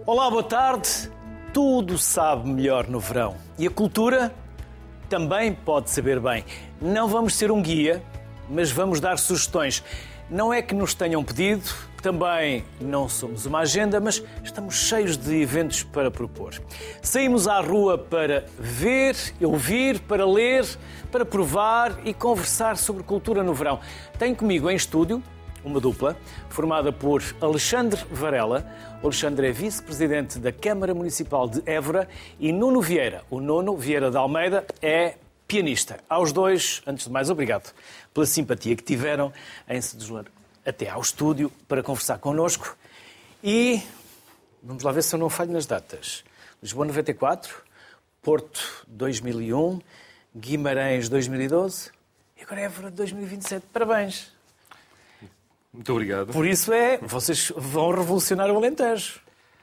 Olá, boa tarde. Tudo sabe melhor no verão. E a cultura também pode saber bem. Não vamos ser um guia, mas vamos dar sugestões. Não é que nos tenham pedido, também não somos uma agenda, mas estamos cheios de eventos para propor. Saímos à rua para ver, ouvir, para ler, para provar e conversar sobre cultura no verão. Tenho comigo em estúdio uma dupla formada por Alexandre Varela. O Alexandre é vice-presidente da Câmara Municipal de Évora e Nuno Vieira. O Nuno Vieira de Almeida é pianista. Aos dois, antes de mais, obrigado pela simpatia que tiveram em se deslocar até ao estúdio para conversar connosco. E vamos lá ver se eu não falho nas datas. Lisboa 94, Porto 2001, Guimarães 2012 e agora Évora 2027. Parabéns! Muito obrigado. Por isso vocês vão revolucionar o Alentejo.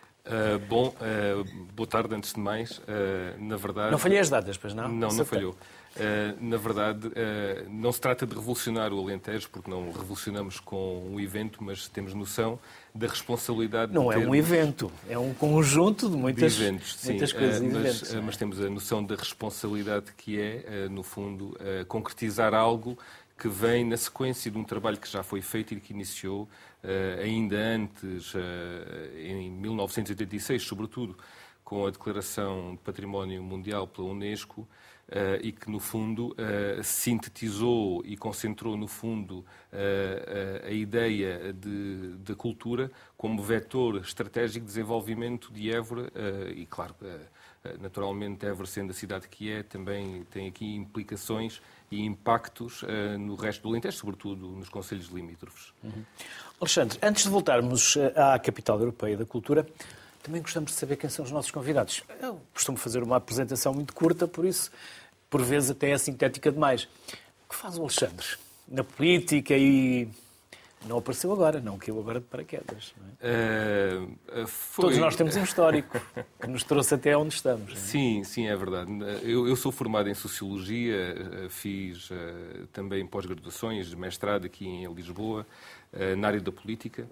Boa tarde, antes de mais. Na verdade... Não falhei as datas, pois não? Não falhou. Na verdade, não se trata de revolucionar o Alentejo, porque não revolucionamos com um evento, mas temos noção da responsabilidade Não de é um evento, é um conjunto de muitas eventos, muitas coisas. Mas temos a noção da responsabilidade que no fundo, concretizar algo que vem na sequência de um trabalho que já foi feito e que iniciou ainda antes, em 1986, sobretudo, com a Declaração de Património Mundial pela Unesco, e que, no fundo, sintetizou e concentrou, no fundo, a ideia da cultura como vetor estratégico de desenvolvimento de Évora e, claro, naturalmente, Évora, sendo a cidade que é, também tem aqui implicações e impactos no resto do Alentejo, sobretudo nos concelhos limítrofes. Alexandre, antes de voltarmos à capital europeia da cultura, também gostamos de saber quem são os nossos convidados. Eu costumo fazer uma apresentação muito curta, por isso, por vezes, até é sintética demais. O que faz o Alexandre na política e... Não apareceu agora, não caiu agora de paraquedas. Não é? Todos nós temos um histórico que nos trouxe até onde estamos. Não é? Sim, é verdade. Eu sou formado em Sociologia, fiz também pós-graduações, mestrado aqui em Lisboa, na área da política.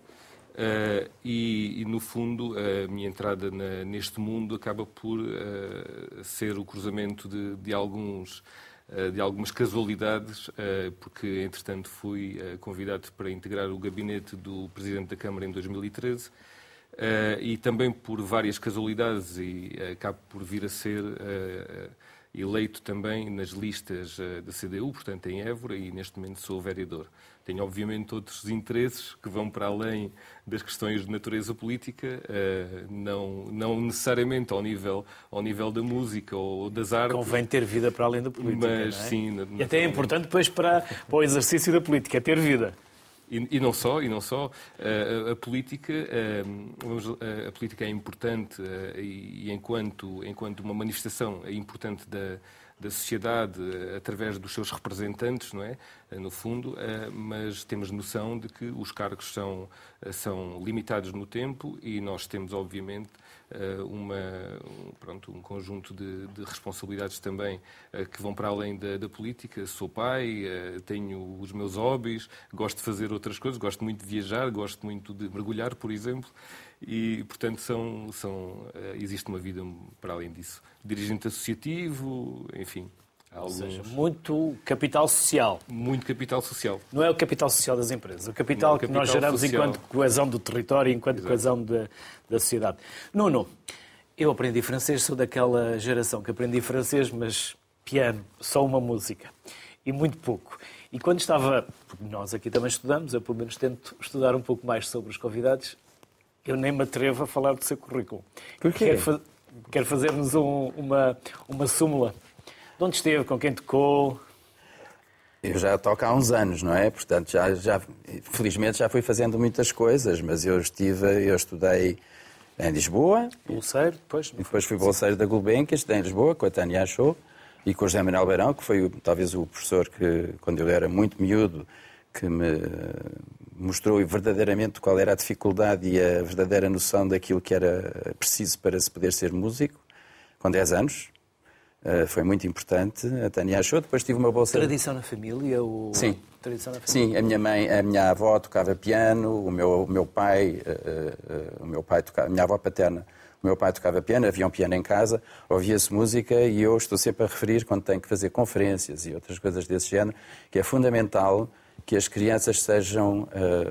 E, no fundo, a minha entrada neste mundo acaba por ser o cruzamento de algumas casualidades, porque, entretanto, fui convidado para integrar o gabinete do Presidente da Câmara em 2013, e também por várias casualidades, e acabo por vir a ser eleito também nas listas da CDU, portanto, em Évora, e neste momento sou vereador. Tenho, obviamente, outros interesses que vão para além das questões de natureza política, não necessariamente ao nível da música ou das artes. Convém ter vida para além da política, mas, não é? Sim, e até é importante depois para o exercício da política, é ter vida. E não só. A política é importante e enquanto uma manifestação é importante da sociedade através dos seus representantes, não é? No fundo, mas temos noção de que os cargos são limitados no tempo e nós temos, obviamente, um conjunto de responsabilidades também que vão para além da política. Sou pai, tenho os meus hobbies, gosto de fazer outras coisas, gosto muito de viajar, gosto muito de mergulhar, por exemplo, e, portanto, existe uma vida para além disso. Dirigente associativo, enfim. Ou seja, muito capital social. Muito capital social. Não é o capital social das empresas, o capital que nós geramos social. Enquanto coesão do território, enquanto Exato. Coesão da sociedade. Nuno, eu aprendi francês, sou daquela geração que aprendi francês, mas piano, só uma música. E muito pouco. E quando estava... Nós aqui também estudamos, eu pelo menos tento estudar um pouco mais sobre os convidados, eu nem me atrevo a falar do seu currículo. Porquê? Quero fazer-nos uma súmula. De onde esteve, com quem tocou? Eu já toco há uns anos, não é? Portanto, felizmente já fui fazendo muitas coisas, mas eu estudei em Lisboa. Bolseiro, depois? E depois fui bolseiro da Gulbenkian, estudei em Lisboa com a Tânia Achou e com o José Manuel Beirão, que foi talvez o professor que, quando eu era muito miúdo, que me mostrou verdadeiramente qual era a dificuldade e a verdadeira noção daquilo que era preciso para se poder ser músico, com 10 anos. Foi muito importante. A Tânia Achou. Depois tive uma bolsa... Tradição na família? Sim. Tradição na família? Sim, a minha avó tocava piano, o meu pai tocava, a minha avó paterna O meu pai tocava piano, havia um piano em casa, ouvia-se música e eu estou sempre a referir, quando tenho que fazer conferências e outras coisas desse género, que é fundamental que as crianças sejam,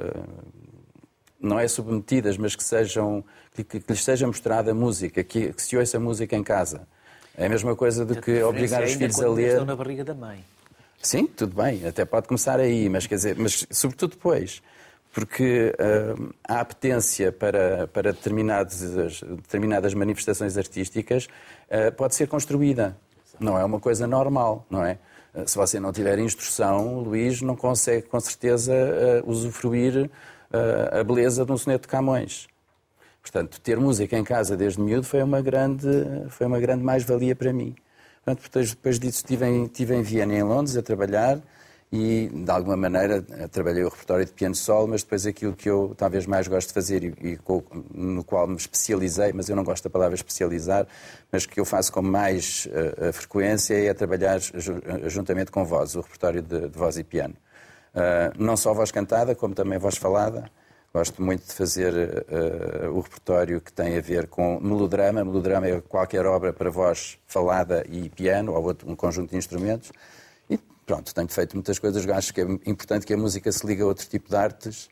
não é submetidas, mas que lhes seja mostrada música, que se ouça música em casa. É a mesma coisa do que obrigar os filhos a ler. Estão na barriga da mãe. Sim, tudo bem, até pode começar aí, mas quer dizer, mas sobretudo depois. Porque a apetência para determinadas manifestações artísticas pode ser construída. Não é uma coisa normal, não é? Se você não tiver instrução, o Luís não consegue, com certeza, usufruir a beleza de um soneto de Camões. Portanto, ter música em casa desde miúdo foi uma grande mais-valia para mim. Portanto, depois disso estive em Viena e em Londres a trabalhar e, de alguma maneira, trabalhei o repertório de piano solo, mas depois aquilo que eu talvez mais gosto de fazer e no qual me especializei, mas eu não gosto da palavra especializar, mas que eu faço com mais frequência é trabalhar juntamente com voz, o repertório de voz e piano. Não só voz cantada, como também voz falada. Gosto muito de fazer o repertório que tem a ver com melodrama. Melodrama é qualquer obra para voz falada e piano, ou um conjunto de instrumentos. E pronto, tenho feito muitas coisas. Acho que é importante que a música se ligue a outro tipo de artes,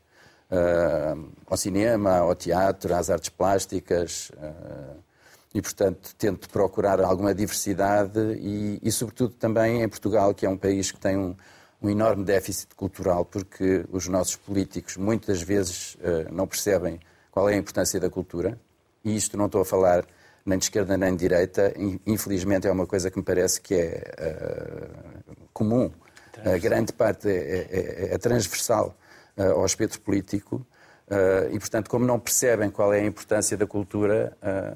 ao cinema, ao teatro, às artes plásticas. E, portanto, tento procurar alguma diversidade e, sobretudo, também em Portugal, que é um país que tem um enorme déficit cultural, porque os nossos políticos muitas vezes não percebem qual é a importância da cultura, e isto não estou a falar nem de esquerda nem de direita, infelizmente é uma coisa que me parece que é comum, a grande parte é transversal ao espectro político, e portanto, como não percebem qual é a importância da cultura,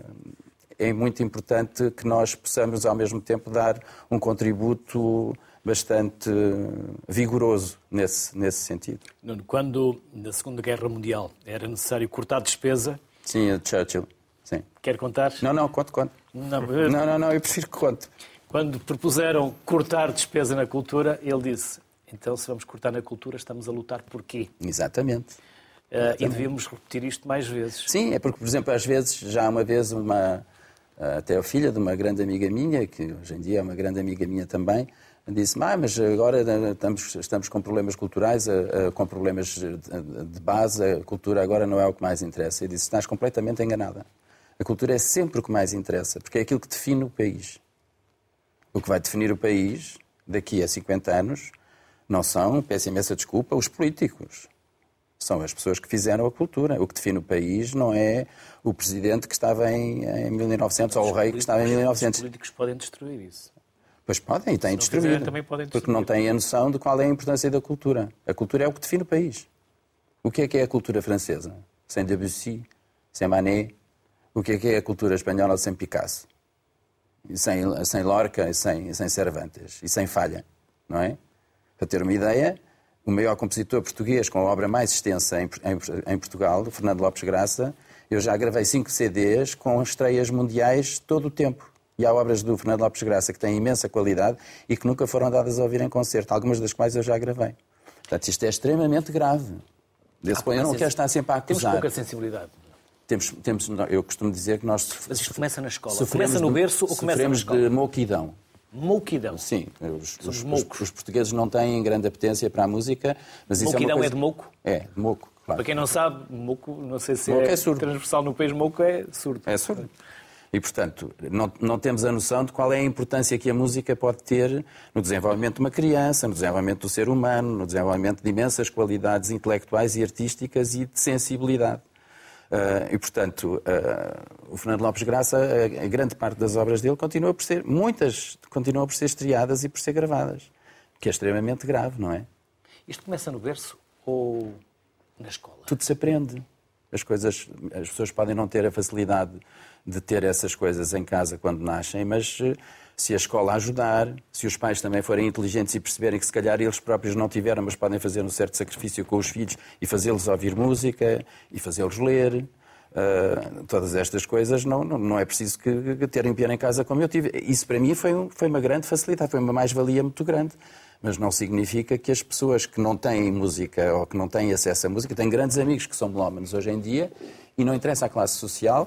é muito importante que nós possamos ao mesmo tempo dar um contributo bastante vigoroso nesse sentido. Nuno, quando na Segunda Guerra Mundial era necessário cortar despesa... Sim, a Churchill. Sim. Quer contar? Não, conto. Não, eu prefiro que conte. Quando propuseram cortar despesa na cultura, ele disse, então se vamos cortar na cultura, estamos a lutar por quê? Exatamente. E devíamos repetir isto mais vezes. Sim, é porque, por exemplo, às vezes, já uma vez, até a filha de uma grande amiga minha, que hoje em dia é uma grande amiga minha também, disse-me, mas agora estamos com problemas culturais, com problemas de base, a cultura agora não é o que mais interessa. Eu disse, estás completamente enganada. A cultura é sempre o que mais interessa, porque é aquilo que define o país. O que vai definir o país, daqui a 50 anos, não são, peço imensa desculpa, os políticos. São as pessoas que fizeram a cultura. O que define o país não é o presidente que estava em 1900 ou o rei que estava em 1900. Os políticos podem destruir isso. Pois podem, e têm destruído, porque não têm a noção de qual é a importância da cultura. A cultura é o que define o país. O que é a cultura francesa? Sem Debussy, sem Manet. O que é a cultura espanhola sem Picasso? E sem Lorca, e sem Cervantes, e sem Falha, não é? Para ter uma ideia, o maior compositor português com a obra mais extensa em Portugal, Fernando Lopes Graça, eu já gravei 5 CDs com estreias mundiais todo o tempo. E há obras do Fernando Lopes Graça que têm imensa qualidade e que nunca foram dadas a ouvir em concerto, algumas das quais eu já gravei. Portanto, isto é extremamente grave. Eu não quero estar sempre a acusar. Temos pouca sensibilidade. Eu costumo dizer que nós... Mas isto começa na escola. Começa no berço ou começa na escola? Sofremos de mouquidão. Mouquidão? Sim. Os portugueses não têm grande apetência para a música, mas isso mouquidão é uma coisa... é de mouco? É, de mouco, claro. Para quem não sabe, mouco, não sei se é transversal no país, mouco é surdo. É surdo. E, portanto, não temos a noção de qual é a importância que a música pode ter no desenvolvimento de uma criança, no desenvolvimento do ser humano, no desenvolvimento de imensas qualidades intelectuais e artísticas e de sensibilidade. E, portanto, o Fernando Lopes Graça, a grande parte das obras dele muitas continuam por ser estreadas e por ser gravadas, que é extremamente grave, não é? Isto começa no berço ou na escola? Tudo se aprende. As pessoas podem não ter a facilidade de ter essas coisas em casa quando nascem, mas se a escola ajudar, se os pais também forem inteligentes e perceberem que se calhar eles próprios não tiveram, mas podem fazer um certo sacrifício com os filhos e fazê-los ouvir música e fazê-los ler, todas estas coisas, não é preciso que terem piano em casa como eu tive. Isso para mim foi uma grande facilidade, foi uma mais-valia muito grande. Mas não significa que as pessoas que não têm música ou que não têm acesso à música, têm grandes amigos que são melómanos hoje em dia e não interessa a classe social,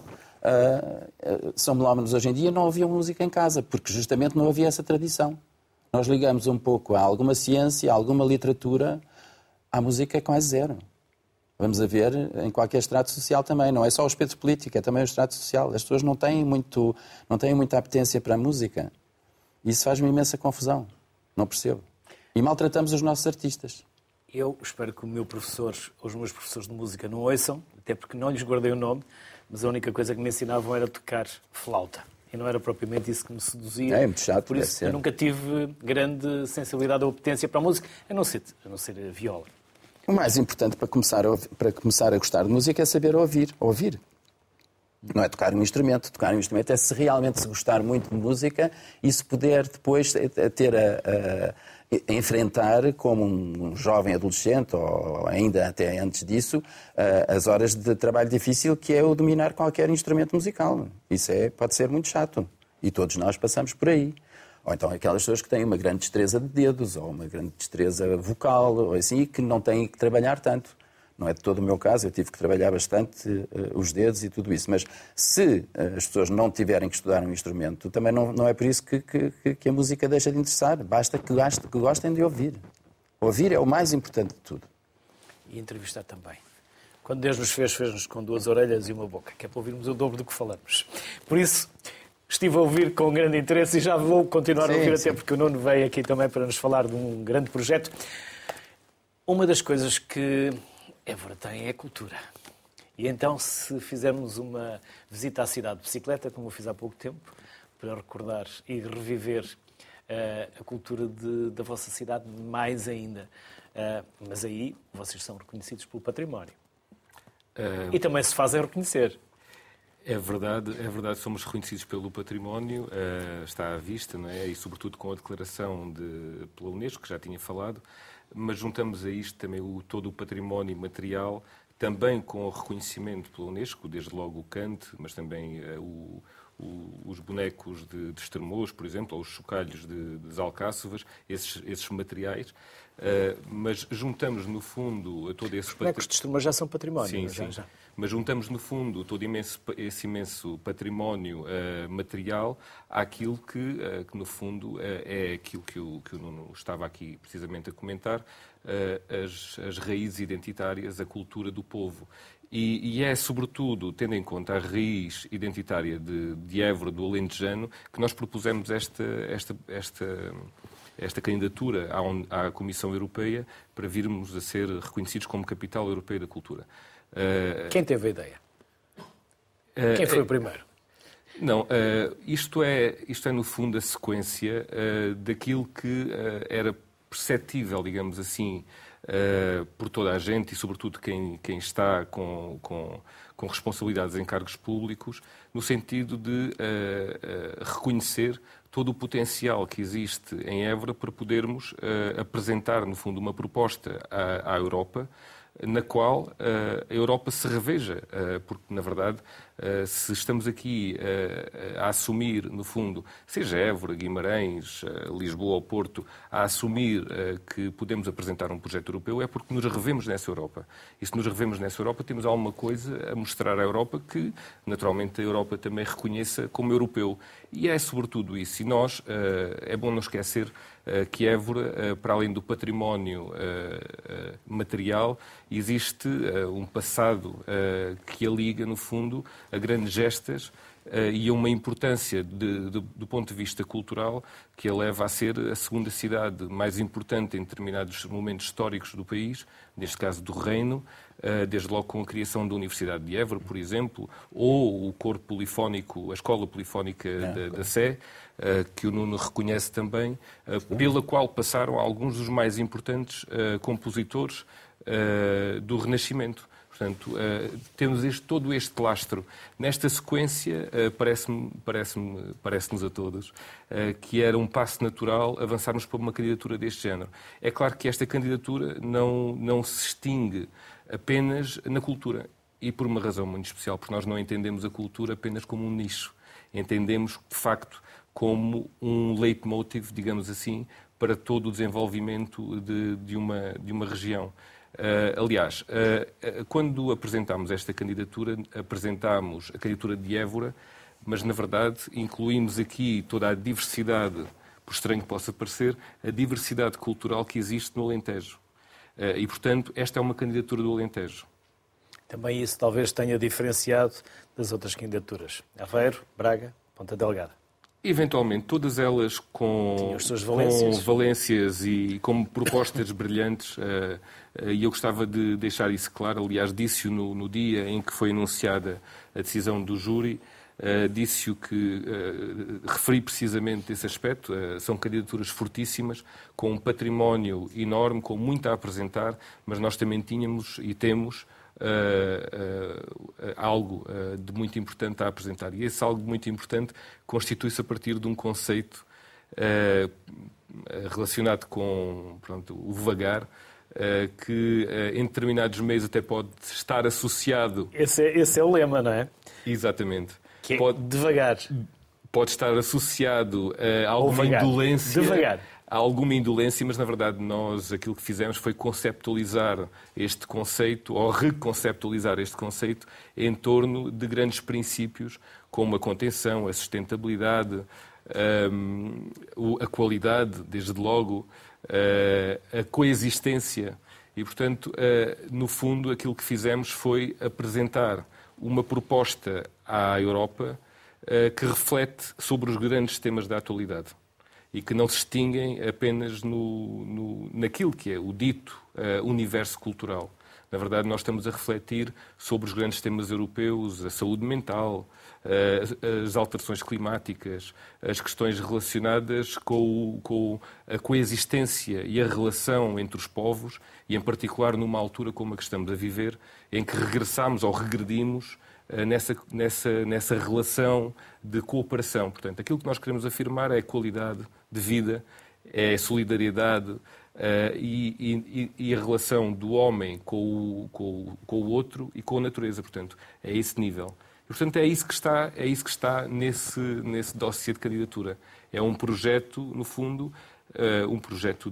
são melómanos hoje em dia, não ouviam música em casa, porque justamente não havia essa tradição. Nós ligamos um pouco a alguma ciência, a alguma literatura, a música é quase zero. Vamos a ver em qualquer estrato social também. Não é só o espectro político, é também o estrato social. As pessoas não têm muita apetência para a música. Isso faz-me imensa confusão. Não percebo. E maltratamos os nossos artistas. Eu espero que os meus professores de música não ouçam, até porque não lhes guardei o nome, mas a única coisa que me ensinavam era tocar flauta. E não era propriamente isso que me seduzia. É muito chato. Por isso eu nunca tive grande sensibilidade ou apetência para a música, a não ser a viola. O mais importante para começar a gostar de música é saber ouvir. Ouvir. Não é tocar um instrumento. Tocar um instrumento é se realmente se gostar muito de música e se puder depois ter a enfrentar como um jovem adolescente, ou ainda até antes disso, as horas de trabalho difícil que é o dominar qualquer instrumento musical. Isso pode ser muito chato. E todos nós passamos por aí. Ou então aquelas pessoas que têm uma grande destreza de dedos, ou uma grande destreza vocal, ou assim, que não têm que trabalhar tanto. Não é de todo o meu caso, eu tive que trabalhar bastante os dedos e tudo isso. Mas se as pessoas não tiverem que estudar um instrumento, também não é por isso que a música deixa de interessar. Basta que gostem de ouvir. Ouvir é o mais importante de tudo. E entrevistar também. Quando Deus nos fez-nos com 2 orelhas e uma boca, que é para ouvirmos o dobro do que falamos. Por isso, estive a ouvir com grande interesse e já vou continuar a ouvir, até porque o Nuno veio aqui também para nos falar de um grande projeto. Uma das coisas que Évora tem é cultura. E então, se fizermos uma visita à cidade de bicicleta, como eu fiz há pouco tempo, para recordar e reviver a cultura da vossa cidade mais ainda. Mas aí vocês são reconhecidos pelo património. E também se fazem reconhecer. É verdade, somos reconhecidos pelo património, está à vista, não é? E sobretudo com a declaração pela Unesco, que já tinha falado, mas juntamos a isto também todo o património material, também com o reconhecimento pela Unesco, desde logo o cante, mas também os bonecos de Estremoz, por exemplo, ou os chocalhos de Alcáçovas, esses materiais. Mas juntamos, no fundo, todo esse... Os bonecos de Estremoz já são património. Sim. Mas juntamos, no fundo, todo esse imenso património material àquilo que, no fundo, é aquilo que o Nuno estava aqui precisamente a comentar, as raízes identitárias, a cultura do povo. E é, sobretudo, tendo em conta a raiz identitária de Évora, do Alentejano, que nós propusemos esta candidatura à Comissão Europeia para virmos a ser reconhecidos como Capital Europeia da Cultura. Quem teve a ideia? Quem foi o primeiro? Não, isto é, no fundo, a sequência daquilo que era perceptível, digamos assim, por toda a gente e, sobretudo, quem está com responsabilidades em cargos públicos, no sentido de reconhecer todo o potencial que existe em Évora para podermos apresentar, no fundo, uma proposta à Europa, na qual a Europa se reveja, porque, na verdade, se estamos aqui a assumir, no fundo, seja Évora, Guimarães, Lisboa ou Porto, a assumir que podemos apresentar um projeto europeu, é porque nos revemos nessa Europa. E se nos revemos nessa Europa, temos alguma coisa a mostrar à Europa que, naturalmente, a Europa também reconheça como europeu. E é sobretudo isso. E nós, é bom não esquecer que Évora, para além do património material, existe um passado que a liga, no fundo, a grandes gestas e a uma importância do ponto de vista cultural que a leva a ser a segunda cidade mais importante em determinados momentos históricos do país, neste caso do Reino, desde logo com a criação da Universidade de Évora, por exemplo, ou o coro polifónico, a escola polifónica da Sé, que o Nuno reconhece também, pela qual passaram alguns dos mais importantes compositores do Renascimento. Portanto, temos todo este lastro. Nesta sequência, parece-nos a todos que era um passo natural avançarmos para uma candidatura deste género. É claro que esta candidatura não se extingue apenas na cultura. E por uma razão muito especial, porque nós não entendemos a cultura apenas como um nicho. Entendemos, de facto, como um leitmotiv, digamos assim, para todo o desenvolvimento de uma região. Aliás, quando apresentámos esta candidatura, apresentámos a candidatura de Évora, mas, na verdade, incluímos aqui toda a diversidade, por estranho que possa parecer, a diversidade cultural que existe no Alentejo. E, portanto, esta é uma candidatura do Alentejo. Também isso talvez tenha diferenciado das outras candidaturas. Aveiro, Braga, Ponta Delgada. Eventualmente, todas elas com valências e como propostas brilhantes. E eu gostava de deixar isso claro. Aliás, disse-o no dia em que foi anunciada a decisão do júri. Disse-o que referi precisamente esse aspecto. São candidaturas fortíssimas, com um património enorme, com muito a apresentar, mas nós também tínhamos e temos algo de muito importante a apresentar. E esse algo muito importante constitui-se a partir de um conceito relacionado com o vagar, que em determinados meios até pode estar associado... Esse é o lema, não é? Exatamente. Que é devagar. Pode estar associado a alguma indolência. Devagar. Há alguma indolência, mas na verdade nós aquilo que fizemos foi conceptualizar este conceito, ou reconceptualizar este conceito, em torno de grandes princípios como a contenção, a sustentabilidade, a qualidade, desde logo, a coexistência. E, portanto, no fundo, aquilo que fizemos foi apresentar uma proposta à Europa que reflete sobre os grandes temas da atualidade e que não se extinguem apenas naquilo que é o dito universo cultural. Na verdade, nós estamos a refletir sobre os grandes temas europeus, a saúde mental, as alterações climáticas, as questões relacionadas com a coexistência e a relação entre os povos, e em particular numa altura como a que estamos a viver, em que regressamos ou regredimos nessa relação de cooperação. Portanto, aquilo que nós queremos afirmar é a qualidade de vida, é a solidariedade e a relação do homem com o outro e com a natureza. Portanto, é esse nível. E, portanto, é isso que está nesse dossiê de candidatura. É um projeto, no fundo, um projeto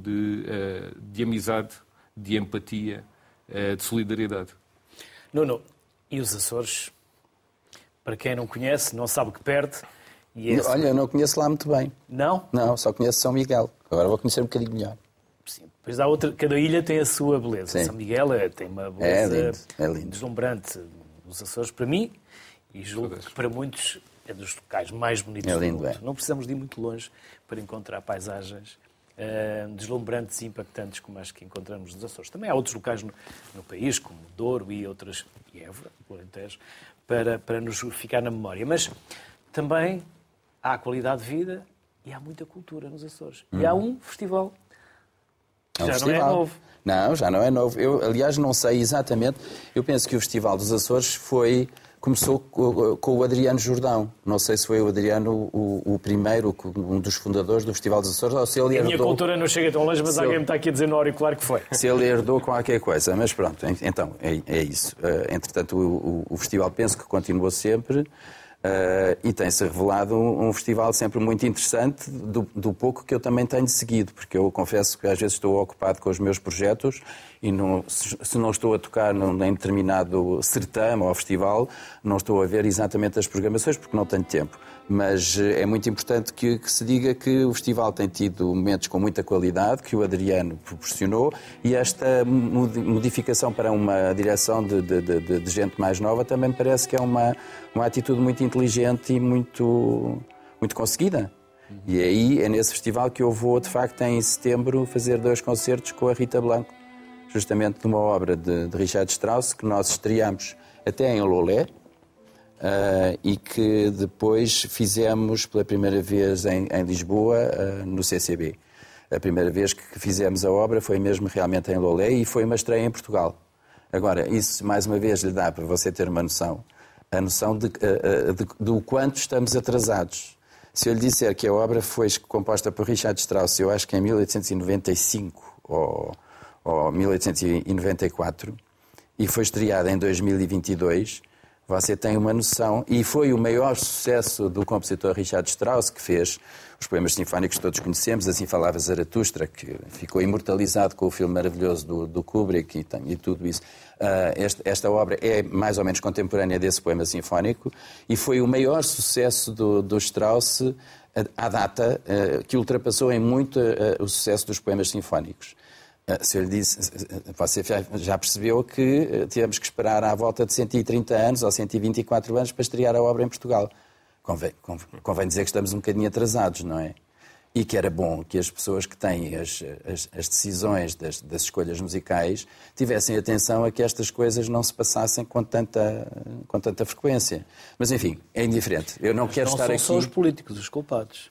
de amizade, de empatia, de solidariedade. Nuno, e os Açores? Para quem não conhece, não sabe o que perde. Olha, eu não conheço lá muito bem. Não? Não, só conheço São Miguel. Agora vou conhecer um bocadinho melhor. Sim, depois há outra, cada ilha tem a sua beleza. Sim. São Miguel tem uma beleza é lindo. deslumbrante. Os Açores, para mim, e julgo que para muitos, é dos locais mais bonitos do mundo. Não precisamos de ir muito longe para encontrar paisagens deslumbrantes e impactantes como as que encontramos nos Açores. Também há outros locais no país, como Douro e outras, e Évora, Alentejo, para nos ficar na memória. Mas também há qualidade de vida e há muita cultura nos Açores. E há um festival que já não é novo. Não, já não é novo. Eu, aliás, não sei exatamente. Eu penso que o Festival dos Açores começou com o Adriano Jordão. Não sei se foi o Adriano o primeiro, um dos fundadores do Festival dos Açores, ou se ele herdou... A minha cultura não chega tão longe, mas alguém me está aqui a dizer no auricular que foi. Se ele herdou qualquer coisa. Mas pronto, então, é isso. Entretanto, o festival penso que continuou sempre e tem-se revelado um festival sempre muito interessante, do pouco que eu também tenho seguido, porque eu confesso que às vezes estou ocupado com os meus projetos e se não estou a tocar em determinado certame ou festival, não estou a ver exatamente as programações porque não tenho tempo. Mas é muito importante que se diga que o festival tem tido momentos com muita qualidade, que o Adriano proporcionou, e esta modificação para uma direção de gente mais nova também me parece que é uma atitude muito inteligente e muito conseguida. E aí é nesse festival que eu vou, de facto, em setembro, fazer 2 concertos com a Rita Blanco, justamente de uma obra de Richard Strauss, que nós estreamos até em Lolé, e que depois fizemos pela primeira vez em Lisboa, no CCB. A primeira vez que fizemos a obra foi mesmo realmente em Lolé e foi uma estreia em Portugal. Agora, isso mais uma vez lhe dá para você ter uma noção, a noção do quanto estamos atrasados. Se eu lhe disser que a obra foi composta por Richard Strauss, eu acho que em 1895 ou 1894, e foi estreada em 2022... você tem uma noção, e foi o maior sucesso do compositor Richard Strauss, que fez os poemas sinfónicos que todos conhecemos, Assim Falava Zaratustra, que ficou imortalizado com o filme maravilhoso do Kubrick e tudo isso. Esta obra é mais ou menos contemporânea desse poema sinfónico e foi o maior sucesso do Strauss à data, que ultrapassou em muito o sucesso dos poemas sinfónicos. Se eu lhe disse, você já percebeu que tínhamos que esperar à volta de 130 anos ou 124 anos para estrear a obra em Portugal. Convém dizer que estamos um bocadinho atrasados, não é? E que era bom que as pessoas que têm as decisões das escolhas musicais tivessem atenção a que estas coisas não se passassem com tanta frequência. Mas, enfim, é indiferente. Eu não quero estar aqui... Não são os políticos os culpados.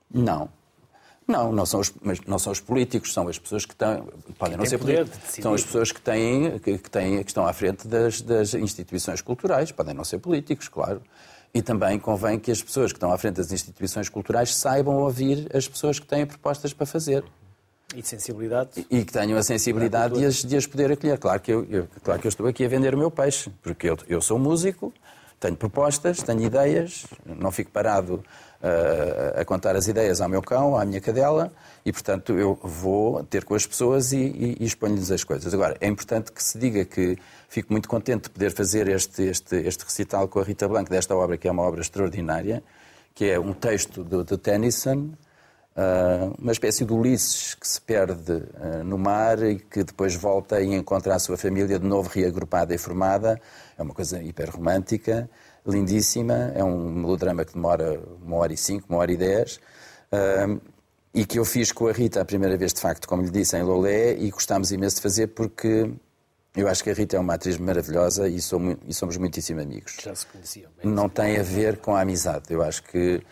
Não são os políticos, são as pessoas que têm... Podem não ser políticos. São as pessoas que estão à frente das instituições culturais. Podem não ser políticos, claro. E também convém que as pessoas que estão à frente das instituições culturais saibam ouvir as pessoas que têm propostas para fazer. E sensibilidade. E que tenham a sensibilidade de as poder acolher. Claro que eu estou aqui a vender o meu peixe, porque eu sou músico, tenho propostas, tenho ideias, não fico parado a contar as ideias ao meu cão, à minha cadela, e, portanto, eu vou ter com as pessoas e exponho-lhes as coisas. Agora, é importante que se diga que fico muito contente de poder fazer este recital com a Rita Blanco desta obra, que é uma obra extraordinária, que é um texto de Tennyson, uma espécie de Ulisses que se perde no mar e que depois volta e encontra a sua família de novo reagrupada e formada. É uma coisa hiperromântica, lindíssima. É um melodrama que demora 1h05, 1h10. E que eu fiz com a Rita a primeira vez, de facto, como lhe disse, em Lolé, e gostámos imenso de fazer porque eu acho que a Rita é uma atriz maravilhosa e somos muitíssimo amigos. Já se conheciam. Não tem a ver com a amizade. Eu acho que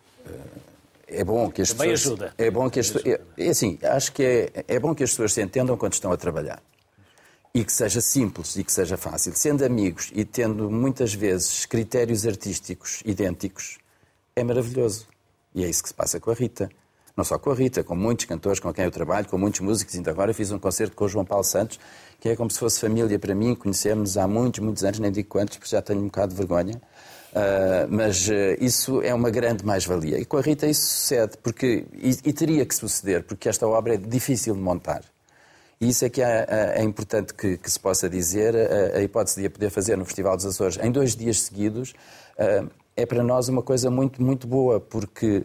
é bom que as também pessoas... ajuda. É bom que as pessoas... assim, acho que é bom que as pessoas se entendam quando estão a trabalhar. E que seja simples e que seja fácil. Sendo amigos e tendo muitas vezes critérios artísticos idênticos, é maravilhoso. E é isso que se passa com a Rita. Não só com a Rita, com muitos cantores com quem eu trabalho, com muitos músicos. Ainda agora fiz um concerto com o João Paulo Santos, que é como se fosse família para mim. Conhecemos há muitos anos, nem digo quantos, porque já tenho um bocado de vergonha. Mas isso é uma grande mais-valia. E com a Rita isso sucede, e teria que suceder, porque esta obra é difícil de montar. E isso é que é importante que se possa dizer. A hipótese de a poder fazer no Festival dos Açores em 2 dias seguidos é para nós uma coisa muito, muito boa, porque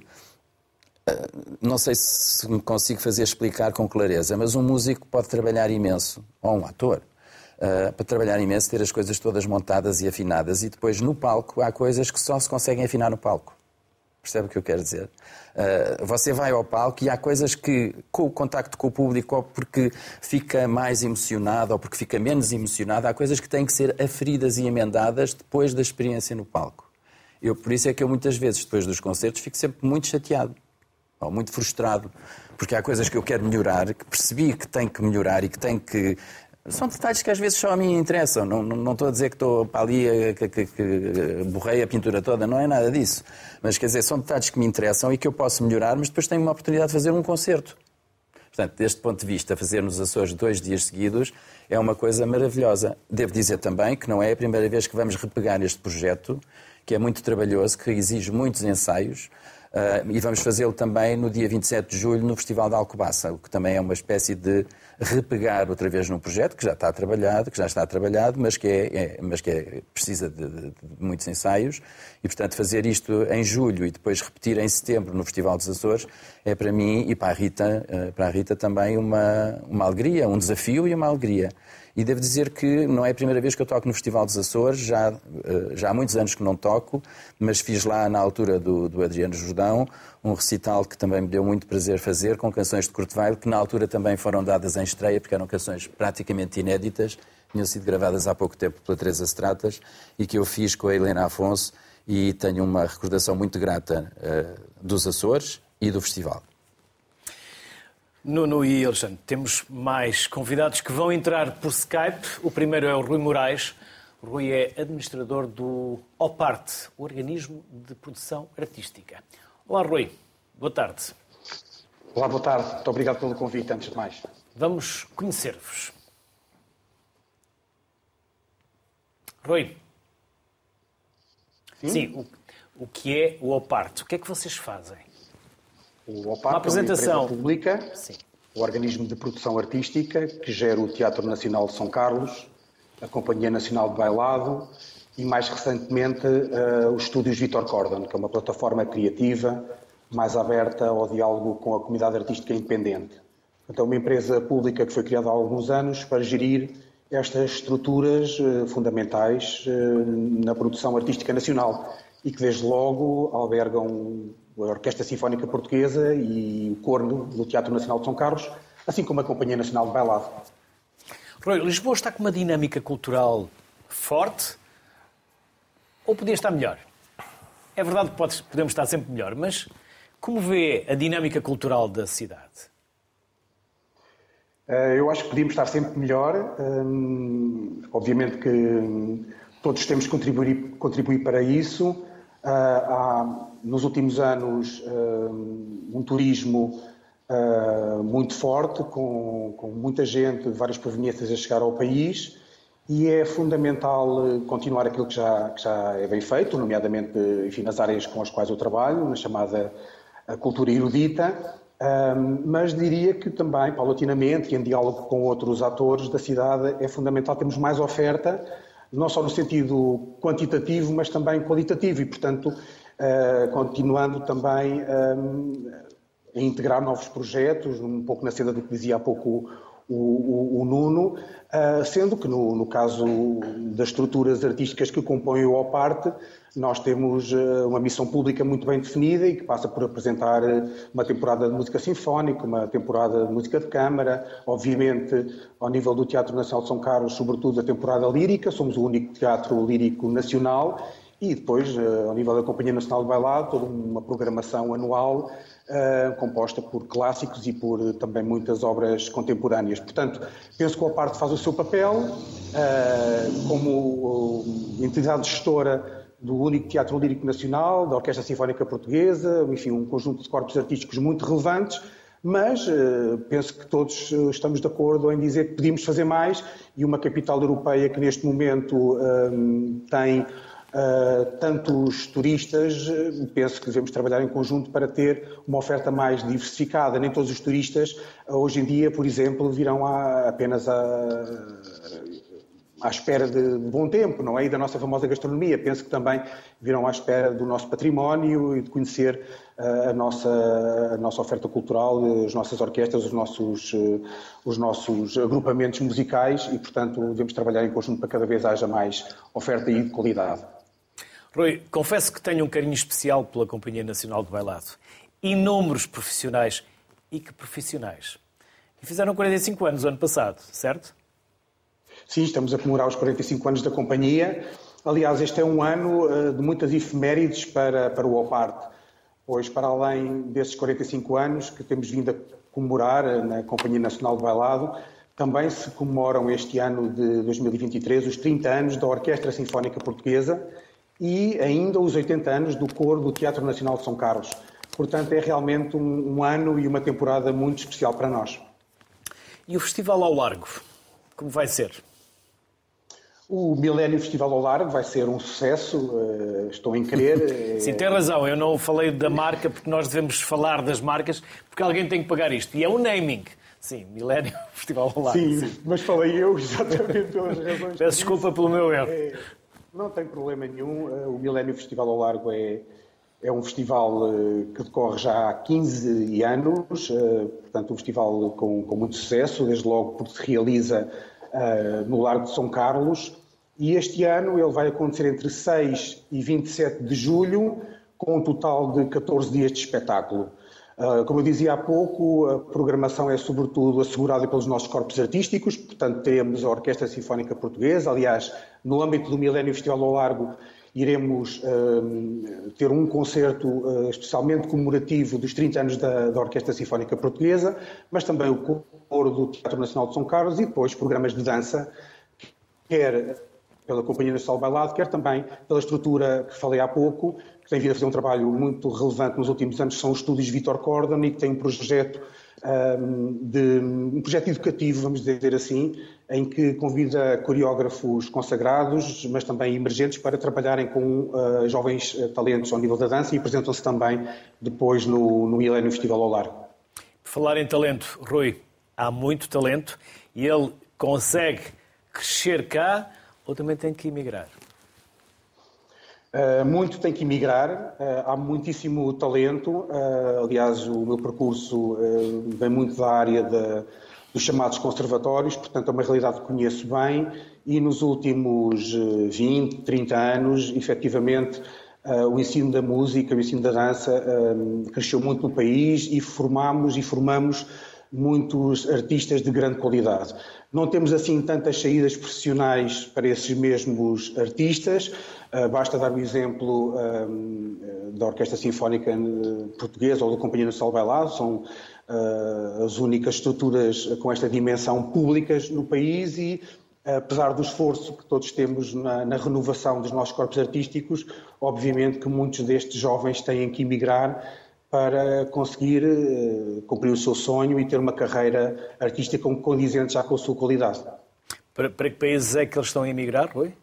não sei se me consigo fazer explicar com clareza, mas um músico pode trabalhar imenso, ou um ator, para trabalhar imenso, ter as coisas todas montadas e afinadas, e depois no palco há coisas que só se conseguem afinar no palco. Percebe o que eu quero dizer? Você vai ao palco e há coisas que, com o contacto com o público, ou porque fica mais emocionado, ou porque fica menos emocionado, há coisas que têm que ser aferidas e emendadas depois da experiência no palco. Por isso é que eu muitas vezes, depois dos concertos, fico sempre muito chateado, ou muito frustrado, porque há coisas que eu quero melhorar, que percebi que tenho que melhorar e que tenho que... São detalhes que às vezes só a mim interessam. Não estou a dizer que estou para ali que borrei a pintura toda, não é nada disso. Mas quer dizer, são detalhes que me interessam e que eu posso melhorar, mas depois tenho uma oportunidade de fazer um concerto. Portanto, deste ponto de vista, fazer nos Açores 2 dias seguidos é uma coisa maravilhosa. Devo dizer também que não é a primeira vez que vamos repegar este projeto, que é muito trabalhoso, que exige muitos ensaios. E vamos fazê-lo também no dia 27 de julho no Festival de Alcobaça, o que também é uma espécie de repegar outra vez num projeto que já está trabalhado, mas que precisa de muitos ensaios. E, portanto, fazer isto em julho e depois repetir em setembro no Festival dos Açores é para mim e para a Rita também uma alegria, um desafio e uma alegria. E devo dizer que não é a primeira vez que eu toco no Festival dos Açores, já há muitos anos que não toco, mas fiz lá na altura do Adriano Jordão um recital que também me deu muito prazer fazer, com canções de Kurt Weill, que na altura também foram dadas em estreia, porque eram canções praticamente inéditas, tinham sido gravadas há pouco tempo pela Teresa Stratas, e que eu fiz com a Helena Afonso, e tenho uma recordação muito grata dos Açores e do festival. Nuno e Alexandre, temos mais convidados que vão entrar por Skype. O primeiro é o Rui Moraes. O Rui é administrador do OPARTE, o Organismo de Produção Artística. Olá, Rui. Boa tarde. Olá, boa tarde. Muito obrigado pelo convite, antes de mais. Vamos conhecer-vos. Rui. Sim, o que é o OPARTE? O que é que vocês fazem? O OPARTE Uma apresentação. É uma empresa pública, Sim. o organismo de produção artística que gera o Teatro Nacional de São Carlos, a Companhia Nacional de Bailado e, mais recentemente, os Estúdios Vítor Cordon, que é uma plataforma criativa mais aberta ao diálogo com a comunidade artística independente. Então, é uma empresa pública que foi criada há alguns anos para gerir estas estruturas fundamentais na produção artística nacional e que, desde logo, albergam a Orquestra Sinfónica Portuguesa e o Corno do Teatro Nacional de São Carlos, assim como a Companhia Nacional de Bailado. Rui, Lisboa está com uma dinâmica cultural forte ou podia estar melhor? É verdade que podemos estar sempre melhor, mas como vê a dinâmica cultural da cidade? Eu acho que podíamos estar sempre melhor. Obviamente que todos temos que contribuir para isso. Há, nos últimos anos, um turismo muito forte, com muita gente de várias proveniências a chegar ao país, e é fundamental continuar aquilo que já é bem feito, nomeadamente, enfim, nas áreas com as quais eu trabalho, na chamada cultura erudita, mas diria que também, paulatinamente, e em diálogo com outros atores da cidade, é fundamental termos mais oferta, não só no sentido quantitativo, mas também qualitativo, e, portanto, continuando também a integrar novos projetos, um pouco na senda do que dizia há pouco o Nuno, sendo que no caso das estruturas artísticas que compõem o OPARTE, nós temos uma missão pública muito bem definida e que passa por apresentar uma temporada de música sinfónica, uma temporada de música de câmara, obviamente ao nível do Teatro Nacional de São Carlos, sobretudo a temporada lírica, somos o único teatro lírico nacional, e depois, ao nível da Companhia Nacional de Bailado, toda uma programação anual composta por clássicos e por também muitas obras contemporâneas. Portanto, penso que o OPARTE faz o seu papel como entidade gestora do único Teatro Lírico Nacional, da Orquestra Sinfónica Portuguesa, enfim, um conjunto de corpos artísticos muito relevantes, mas penso que todos estamos de acordo em dizer que podíamos fazer mais, e uma capital europeia que neste momento tem tantos turistas, penso que devemos trabalhar em conjunto para ter uma oferta mais diversificada. Nem todos os turistas, hoje em dia, por exemplo, virão apenas à espera de bom tempo, não é? E da nossa famosa gastronomia. Penso que também virão à espera do nosso património e de conhecer a nossa oferta cultural, as nossas orquestras, os nossos agrupamentos musicais, e, portanto, devemos trabalhar em conjunto para que cada vez haja mais oferta e de qualidade. Rui, confesso que tenho um carinho especial pela Companhia Nacional de Bailado. Inúmeros profissionais, e que profissionais. E fizeram 45 anos o ano passado, certo? Sim, estamos a comemorar os 45 anos da companhia. Aliás, este é um ano de muitas efemérides para o OPARTE, pois, para além desses 45 anos que temos vindo a comemorar na Companhia Nacional de Bailado, também se comemoram este ano de 2023 os 30 anos da Orquestra Sinfónica Portuguesa e ainda os 80 anos do Coro do Teatro Nacional de São Carlos. Portanto, é realmente um ano e uma temporada muito especial para nós. E o Festival ao Largo, como vai ser? O Milénio Festival ao Largo vai ser um sucesso, estou em crer. Sim, tem razão, eu não falei da marca porque nós devemos falar das marcas, porque alguém tem que pagar isto, e é o naming. Sim, Milénio Festival ao Largo. Sim, mas falei eu exatamente pelas razões. Peço desculpa pelo meu erro. Não tem problema nenhum. O Milénio Festival ao Largo é um festival que decorre já há 15 anos, portanto um festival com muito sucesso, desde logo porque se realiza no Largo de São Carlos, e este ano ele vai acontecer entre 6 e 27 de julho, com um total de 14 dias de espetáculo. Como eu dizia há pouco, a programação é sobretudo assegurada pelos nossos corpos artísticos, portanto teremos a Orquestra Sinfónica Portuguesa. Aliás, no âmbito do Milénio Festival ao Largo, iremos ter um concerto especialmente comemorativo dos 30 anos da Orquestra Sinfónica Portuguesa, mas também o coro do Teatro Nacional de São Carlos e depois programas de dança, quer pela Companhia Nacional de Bailado, quer também pela estrutura que falei há pouco, que tem vindo a fazer um trabalho muito relevante nos últimos anos, são os Estúdios Vítor Cordon, e que tem um projeto de um projeto educativo, vamos dizer assim, em que convida coreógrafos consagrados, mas também emergentes, para trabalharem com jovens talentos ao nível da dança e apresentam-se também depois no Millennium Festival ao Largo. Por falar em talento, Rui, há muito talento e ele consegue crescer cá ou também tem que emigrar? Muito tem que emigrar, há muitíssimo talento. Aliás, o meu percurso vem muito da área dos chamados conservatórios, portanto é uma realidade que conheço bem, e nos últimos 20, 30 anos, efetivamente, o ensino da música, o ensino da dança cresceu muito no país e formamos muitos artistas de grande qualidade. Não temos assim tantas saídas profissionais para esses mesmos artistas. Basta dar o exemplo da Orquestra Sinfónica Portuguesa ou da Companhia Nacional de Bailado. São as únicas estruturas com esta dimensão públicas no país e, apesar do esforço que todos temos na renovação dos nossos corpos artísticos, obviamente que muitos destes jovens têm que emigrar para conseguir cumprir o seu sonho e ter uma carreira artística condizente já com a sua qualidade. Para que países é que eles estão a emigrar, Rui?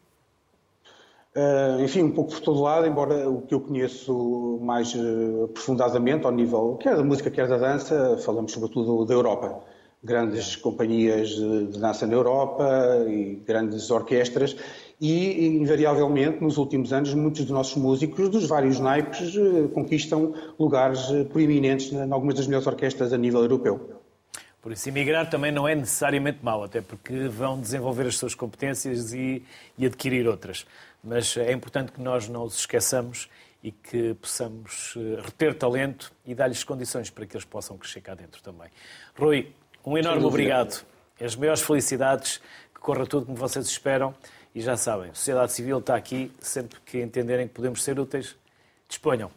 Enfim, um pouco por todo lado, embora o que eu conheço mais aprofundadamente, ao nível quer da música, quer da dança, falamos sobretudo da Europa. Grandes companhias de dança na Europa e grandes orquestras. E, invariavelmente, nos últimos anos, muitos dos nossos músicos, dos vários naipes, conquistam lugares proeminentes em algumas das melhores orquestras a nível europeu. Por isso, emigrar também não é necessariamente mau, até porque vão desenvolver as suas competências e adquirir outras. Mas é importante que nós não os esqueçamos e que possamos reter talento e dar-lhes condições para que eles possam crescer cá dentro também. Rui, um enorme obrigado. As maiores felicidades, que corra tudo como vocês esperam. E já sabem, a sociedade civil está aqui, sempre que entenderem que podemos ser úteis, disponham.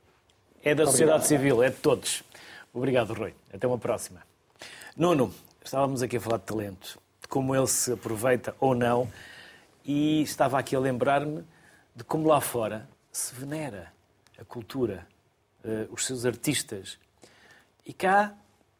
É da sociedade civil, é de todos. Obrigado, Rui. Até uma próxima. Nuno, estávamos aqui a falar de talento, de como ele se aproveita ou não, e estava aqui a lembrar-me de como lá fora se venera a cultura, os seus artistas. E cá...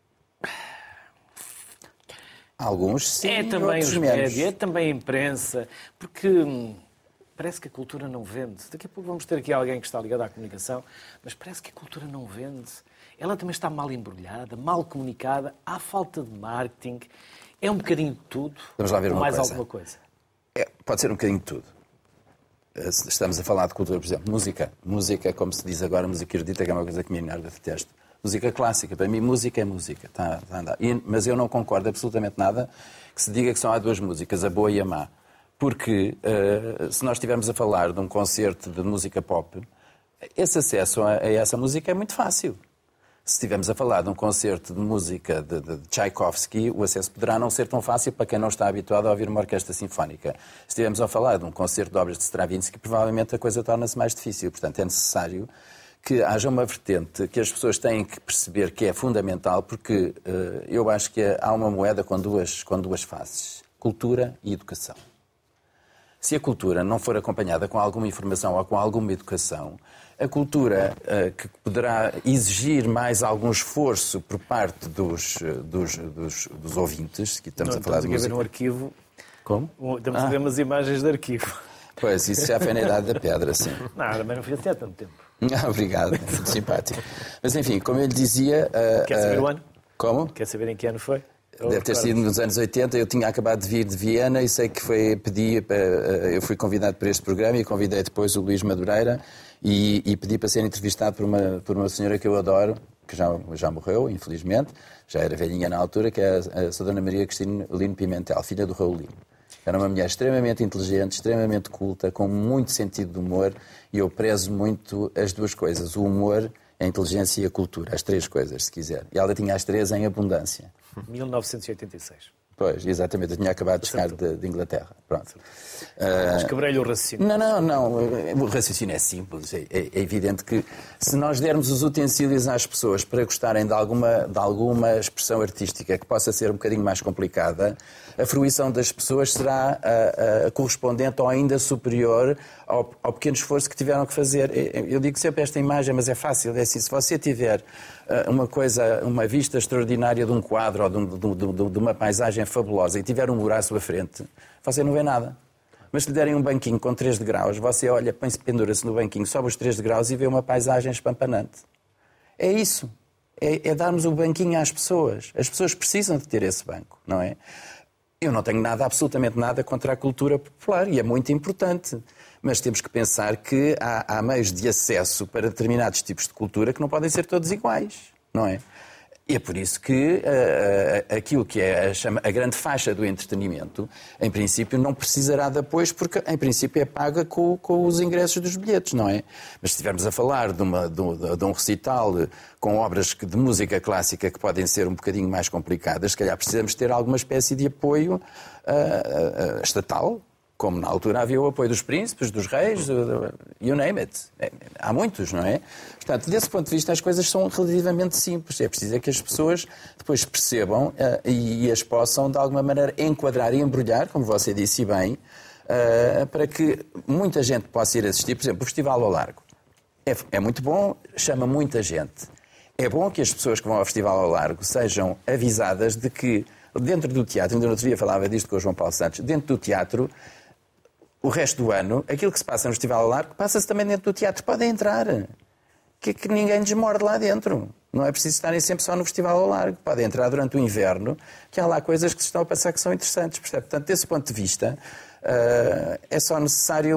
Alguns sim, é também os menos. médias, é também a imprensa, porque parece que a cultura não vende. Daqui a pouco vamos ter aqui alguém que está ligado à comunicação, mas parece que a cultura não vende. Ela também está mal embrulhada, mal comunicada, há falta de marketing, é um bocadinho de tudo. Vamos lá ver uma mais coisa. Alguma coisa. Pode ser um bocadinho de tudo. Estamos a falar de cultura, por exemplo, música. Música, como se diz agora, música erudita, que é uma coisa que me enerva, detesto. Música clássica, para mim música é música, está a andar. Mas eu não concordo absolutamente nada que se diga que só há duas músicas, a boa e a má. Porque se nós estivermos a falar de um concerto de música pop, esse acesso a essa música é muito fácil. Se estivermos a falar de um concerto de música de Tchaikovsky, o acesso poderá não ser tão fácil para quem não está habituado a ouvir uma orquestra sinfónica. Se estivermos a falar de um concerto de obras de Stravinsky, provavelmente a coisa torna-se mais difícil. Portanto, é necessário que haja uma vertente que as pessoas têm que perceber que é fundamental, porque eu acho que há uma moeda com duas faces: cultura e educação. Se a cultura não for acompanhada com alguma informação ou com alguma educação, a cultura que poderá exigir mais algum esforço por parte dos ouvintes, que estamos a falar de música. Estamos a ver no arquivo. Como? Estamos a ver umas imagens de arquivo. Pois, isso já foi na idade da pedra, sim. Nada, mas não fui até há tanto tempo. Obrigado, muito simpático. Mas enfim, como eu lhe dizia... Quer saber o ano? Como? Quer saber em que ano foi? Deve ter sido nos anos 80, eu tinha acabado de vir de Viena e sei que eu fui convidado para este programa e convidei depois o Luís Madureira e pedi para ser entrevistado por uma senhora que eu adoro, que já morreu, infelizmente, já era velhinha na altura, que é a Dona Maria Cristina Lino Pimentel, filha do Raul Lino. Era uma mulher extremamente inteligente, extremamente culta, com muito sentido de humor, e eu prezo muito as duas coisas, o humor, a inteligência e a cultura, as três coisas, se quiser. E ela tinha as três em abundância. 1986. Pois, exatamente, eu tinha acabado de chegar de Inglaterra. Pronto. Mas quebrei-lhe o raciocínio. Não, o raciocínio é simples. É evidente que se nós dermos os utensílios às pessoas para gostarem de alguma expressão artística que possa ser um bocadinho mais complicada, a fruição das pessoas será correspondente ou ainda superior ao pequeno esforço que tiveram que fazer. Eu digo sempre esta imagem, mas é fácil. É assim, se você tiver uma vista extraordinária de um quadro ou de uma paisagem fabulosa e tiver um muro à sua frente, você não vê nada. Mas se lhe derem um banquinho com 3 degraus, você olha, pendura-se no banquinho, sobe os 3 degraus e vê uma paisagem espampanante. É isso. É darmos o banquinho às pessoas. As pessoas precisam de ter esse banco, não é? Eu não tenho absolutamente nada contra a cultura popular e é muito importante. Mas temos que pensar que há meios de acesso para determinados tipos de cultura que não podem ser todos iguais, não é? E é por isso que aquilo que é a grande faixa do entretenimento, em princípio, não precisará de apoios, porque, em princípio, é paga com os ingressos dos bilhetes, não é? Mas se estivermos a falar de um recital com obras de música clássica que podem ser um bocadinho mais complicadas, se calhar precisamos ter alguma espécie de apoio estatal, como na altura havia o apoio dos príncipes, dos reis, you name it. Há muitos, não é? Portanto, desse ponto de vista, as coisas são relativamente simples. É preciso que as pessoas depois percebam e as possam, de alguma maneira, enquadrar e embrulhar, como você disse bem, para que muita gente possa ir assistir. Por exemplo, o Festival ao Largo. É muito bom, chama muita gente. É bom que as pessoas que vão ao Festival ao Largo sejam avisadas de que, dentro do teatro, ainda no outro dia falava disto com o João Paulo Santos, dentro do teatro, o resto do ano, aquilo que se passa no Festival ao Largo, passa-se também dentro do teatro. Podem entrar. Que ninguém desmorde lá dentro. Não é preciso estarem sempre só no Festival ao Largo. Podem entrar durante o inverno, que há lá coisas que se estão a passar que são interessantes. Percebe? Portanto, desse ponto de vista, é só necessário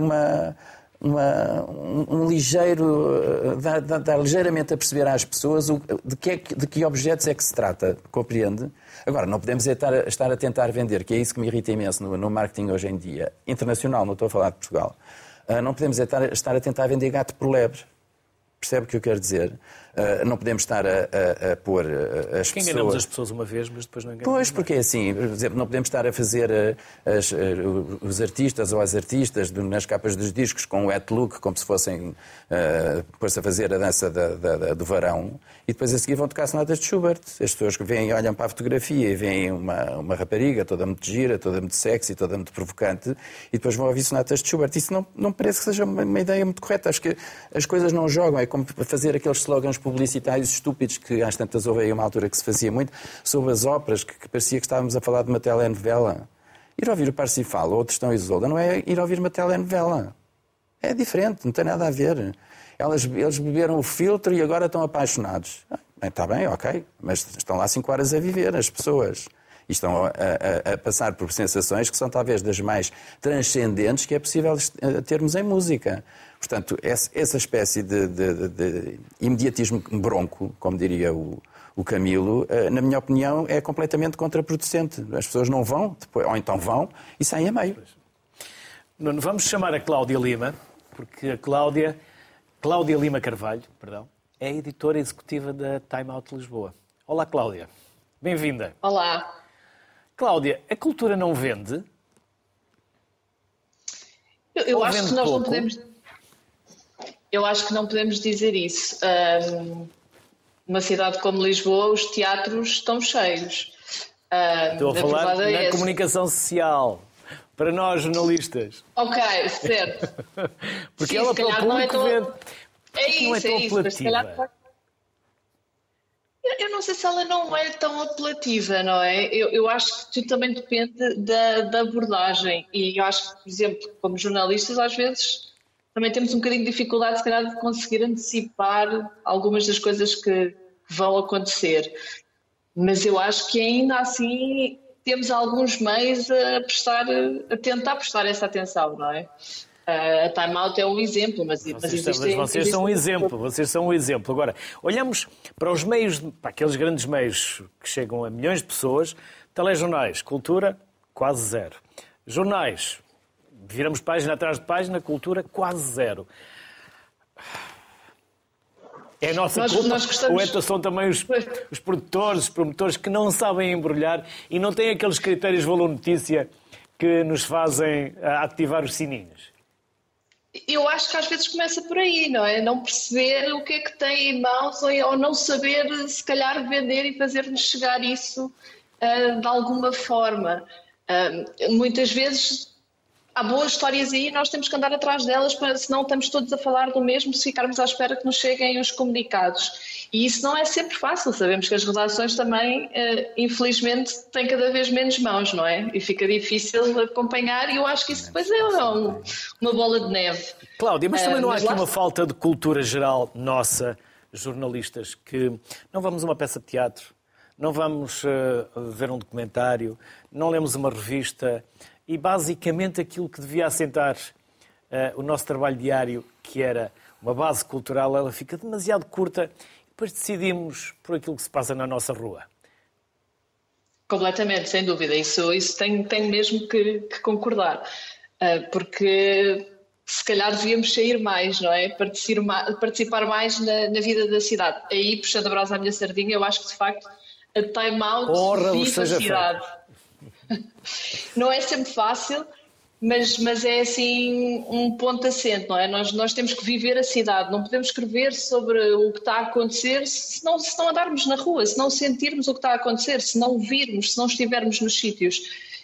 um ligeiro... dar ligeiramente a perceber às pessoas de que objetos é que se trata. Compreende? Agora, não podemos estar a tentar vender, que é isso que me irrita imenso no marketing hoje em dia. Internacional, não estou a falar de Portugal. Não podemos estar a tentar vender gato por lebre. Percebe o que eu quero dizer? Não podemos estar a pôr as pessoas... Enganamos as pessoas uma vez, mas depois não enganamos. Pois, porque é assim, por exemplo, não podemos estar a fazer os artistas ou as artistas nas capas dos discos com o wet look, como se fossem pôr-se a fazer a dança do varão, e depois a seguir vão tocar sonatas de Schubert. As pessoas que vêm e olham para a fotografia e veem uma rapariga toda muito gira, toda muito sexy, toda muito provocante, e depois vão ouvir sonatas de Schubert. Isso não parece que seja uma ideia muito correta. Acho que as coisas não jogam. É como fazer aqueles slogans publicitários estúpidos que às tantas houve aí uma altura que se fazia muito sobre as óperas, que parecia que estávamos a falar de uma telenovela. Ir ouvir o Parsifal ou o Tristão e Isolda não é ir ouvir uma telenovela. É diferente, não tem nada a ver. Eles beberam o filtro e agora estão apaixonados. Está bem, ok, mas estão lá 5 horas a viver, as pessoas. E estão a passar por sensações que são talvez das mais transcendentes que é possível termos em música. Portanto, essa espécie de imediatismo bronco, como diria o Camilo, na minha opinião, é completamente contraproducente. As pessoas não vão, ou então vão, e saem a meio. Nuno, vamos chamar a Cláudia Lima, porque a Cláudia Lima Carvalho, é a editora executiva da Time Out Lisboa. Olá, Cláudia. Bem-vinda. Olá. Cláudia, a cultura não vende? Eu acho que nós não podemos... Eu acho que não podemos dizer isso. Numa cidade como Lisboa, os teatros estão cheios. Estou a falar na comunicação social, para nós jornalistas. Ok, certo. Porque ela para o público vende... É isso, mas se calhar... Eu não sei se ela não é tão apelativa, não é? Eu acho que também depende da abordagem. E eu acho que, por exemplo, como jornalistas, às vezes... Também temos um bocadinho de dificuldade, se calhar, de conseguir antecipar algumas das coisas que vão acontecer. Mas eu acho que ainda assim temos alguns meios a tentar prestar essa atenção, não é? A Time Out é um exemplo, mas vocês são um exemplo. Agora, olhamos para os meios, para aqueles grandes meios que chegam a milhões de pessoas, telejornais, cultura, quase zero. Jornais, viramos página atrás de página, cultura, quase zero. É a nossa culpa, ou são também os produtores, os promotores que não sabem embrulhar e não têm aqueles critérios de valor notícia que nos fazem ativar os sininhos? Eu acho que às vezes começa por aí, não é? Não perceber o que é que tem em mãos ou não saber, se calhar, vender e fazer-nos chegar isso de alguma forma. Muitas vezes há boas histórias aí, nós temos que andar atrás delas, senão estamos todos a falar do mesmo se ficarmos à espera que nos cheguem os comunicados. E isso não é sempre fácil, sabemos que as redações também, infelizmente, têm cada vez menos mãos, não é? E fica difícil acompanhar e eu acho que isso depois é uma bola de neve. Cláudia, mas também não há aqui uma falta de cultura geral nossa, jornalistas, que não vamos a uma peça de teatro, não vamos ver um documentário, não lemos uma revista e basicamente aquilo que devia assentar o nosso trabalho diário, que era uma base cultural, ela fica demasiado curta e depois decidimos por aquilo que se passa na nossa rua. Completamente, sem dúvida. Isso tenho mesmo que concordar. Porque se calhar devíamos sair mais, não é? Participar mais na vida da cidade. Aí, puxando a brasa à minha sardinha, eu acho que de facto a Time Out vive a cidade. Não é sempre fácil, mas é assim um ponto assente, não é? Nós temos que viver a cidade, não podemos escrever sobre o que está a acontecer se não andarmos na rua, se não sentirmos o que está a acontecer, se não virmos, se não estivermos nos sítios.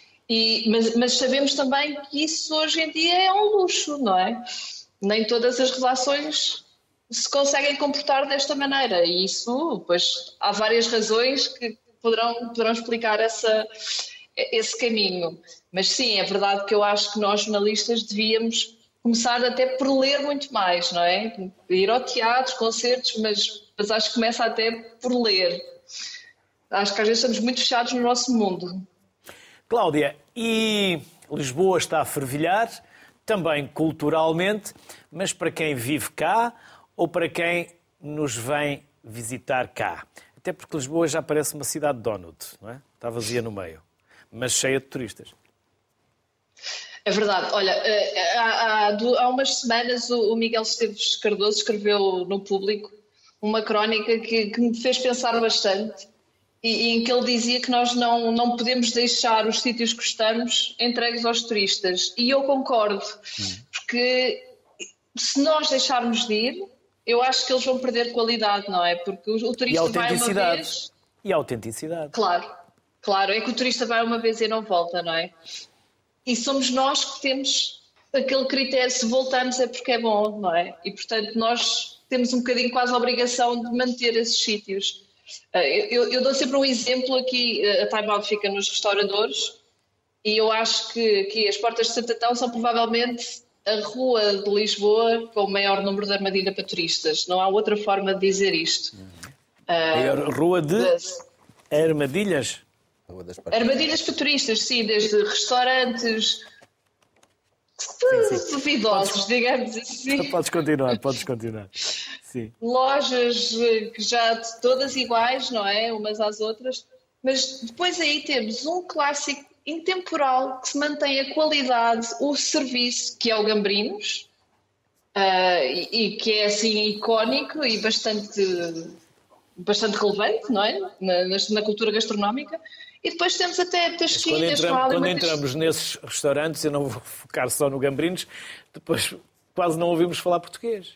Mas sabemos também que isso hoje em dia é um luxo, não é? Nem todas as redações se conseguem comportar desta maneira e isso, pois, há várias razões que poderão explicar esse caminho. Mas sim, é verdade que eu acho que nós jornalistas devíamos começar até por ler muito mais, não é? Ir ao teatro, concertos, mas acho que começa até por ler. Acho que às vezes estamos muito fechados no nosso mundo. Cláudia, e Lisboa está a fervilhar, também culturalmente, mas para quem vive cá ou para quem nos vem visitar cá? Até porque Lisboa já parece uma cidade donut, não é? Está vazia no meio, mas cheia de turistas. É verdade. Olha, há umas semanas o Miguel Esteves Cardoso escreveu no Público uma crónica que me fez pensar bastante e em que ele dizia que nós não podemos deixar os sítios que gostamos entregues aos turistas. E eu concordo, porque se nós deixarmos de ir, eu acho que eles vão perder qualidade, não é? Porque o turista vai uma vez... E a autenticidade. Claro, é que o turista vai uma vez e não volta, não é? E somos nós que temos aquele critério, se voltamos é porque é bom, não é? E, portanto, nós temos um bocadinho quase a obrigação de manter esses sítios. Eu dou sempre um exemplo aqui, a Time Out fica nos restauradores e eu acho que aqui as Portas de Santo Antão são provavelmente a rua de Lisboa com o maior número de armadilha para turistas. Não há outra forma de dizer isto. Rua de armadilhas? Armadilhas para turistas, sim, desde restaurantes duvidosos, digamos assim. Podes continuar. Sim. Lojas que já todas iguais, não é? Umas às outras. Mas depois aí temos um clássico intemporal que se mantém a qualidade, o serviço, que é o Gambrinos, e que é assim icónico e bastante relevante, não é? Na cultura gastronómica. E depois temos até tasquinhas. Quando entramos nesses restaurantes, eu não vou focar só no Gambrinos, depois quase não ouvimos falar português.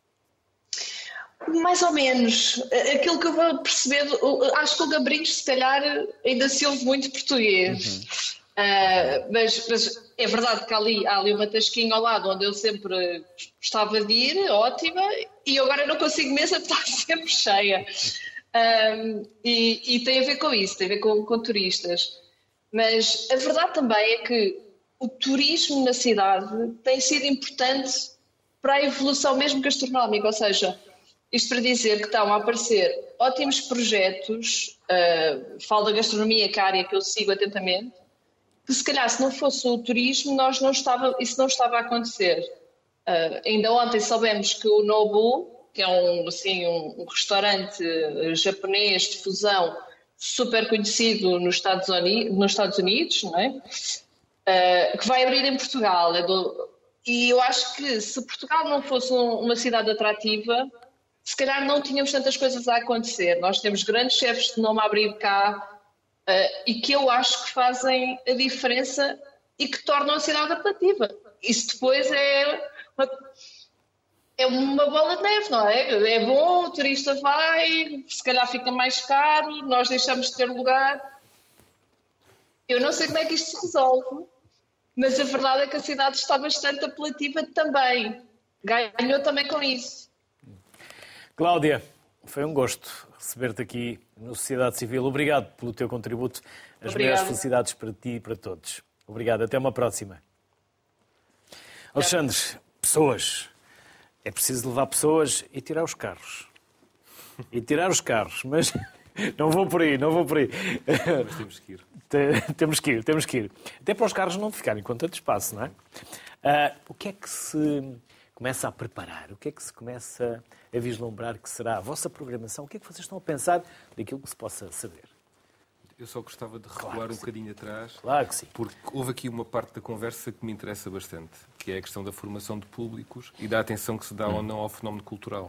Mais ou menos. Aquilo que eu vou perceber, acho que o Gambrinos se calhar ainda se ouve muito português. Mas é verdade que há ali uma tasquinha ao lado onde eu sempre gostava de ir, ótima, e agora não consigo mesmo, está sempre cheia. E tem a ver com isso, tem a ver com turistas. Mas a verdade também é que o turismo na cidade tem sido importante para a evolução mesmo gastronómica, ou seja, isto para dizer que estão a aparecer ótimos projetos, falo da gastronomia, que é a área que eu sigo atentamente, que se calhar se não fosse o turismo isso não estava a acontecer. Ainda ontem soubemos que o Nobu, que é um restaurante japonês de fusão super conhecido nos Estados Unidos, não é? Que vai abrir em Portugal. E eu acho que se Portugal não fosse uma cidade atrativa, se calhar não tínhamos tantas coisas a acontecer. Nós temos grandes chefes de nome a abrir cá e que eu acho que fazem a diferença e que tornam a cidade atrativa. Isso depois é uma bola de neve, não é? É bom, o turista vai, se calhar fica mais caro, nós deixamos de ter lugar. Eu não sei como é que isto se resolve, Mas a verdade é que a cidade está bastante apelativa também. Ganhou também com isso. Cláudia, foi um gosto receber-te aqui na Sociedade Civil. Obrigado pelo teu contributo. As maiores felicidades para ti e para todos. Obrigado. Até uma próxima. Alexandre, pessoas. É preciso levar pessoas e tirar os carros. Mas não vou por aí. Mas temos que ir. Temos que ir. Até para os carros não ficarem com tanto espaço, não é? O que é que se começa a preparar? O que é que se começa a vislumbrar que será a vossa programação? O que é que vocês estão a pensar daquilo que se possa saber? Eu só gostava de recuar um bocadinho atrás, Claro que sim. porque houve aqui uma parte da conversa que me interessa bastante, que é a questão da formação de públicos e da atenção que se dá ou não ao fenómeno cultural.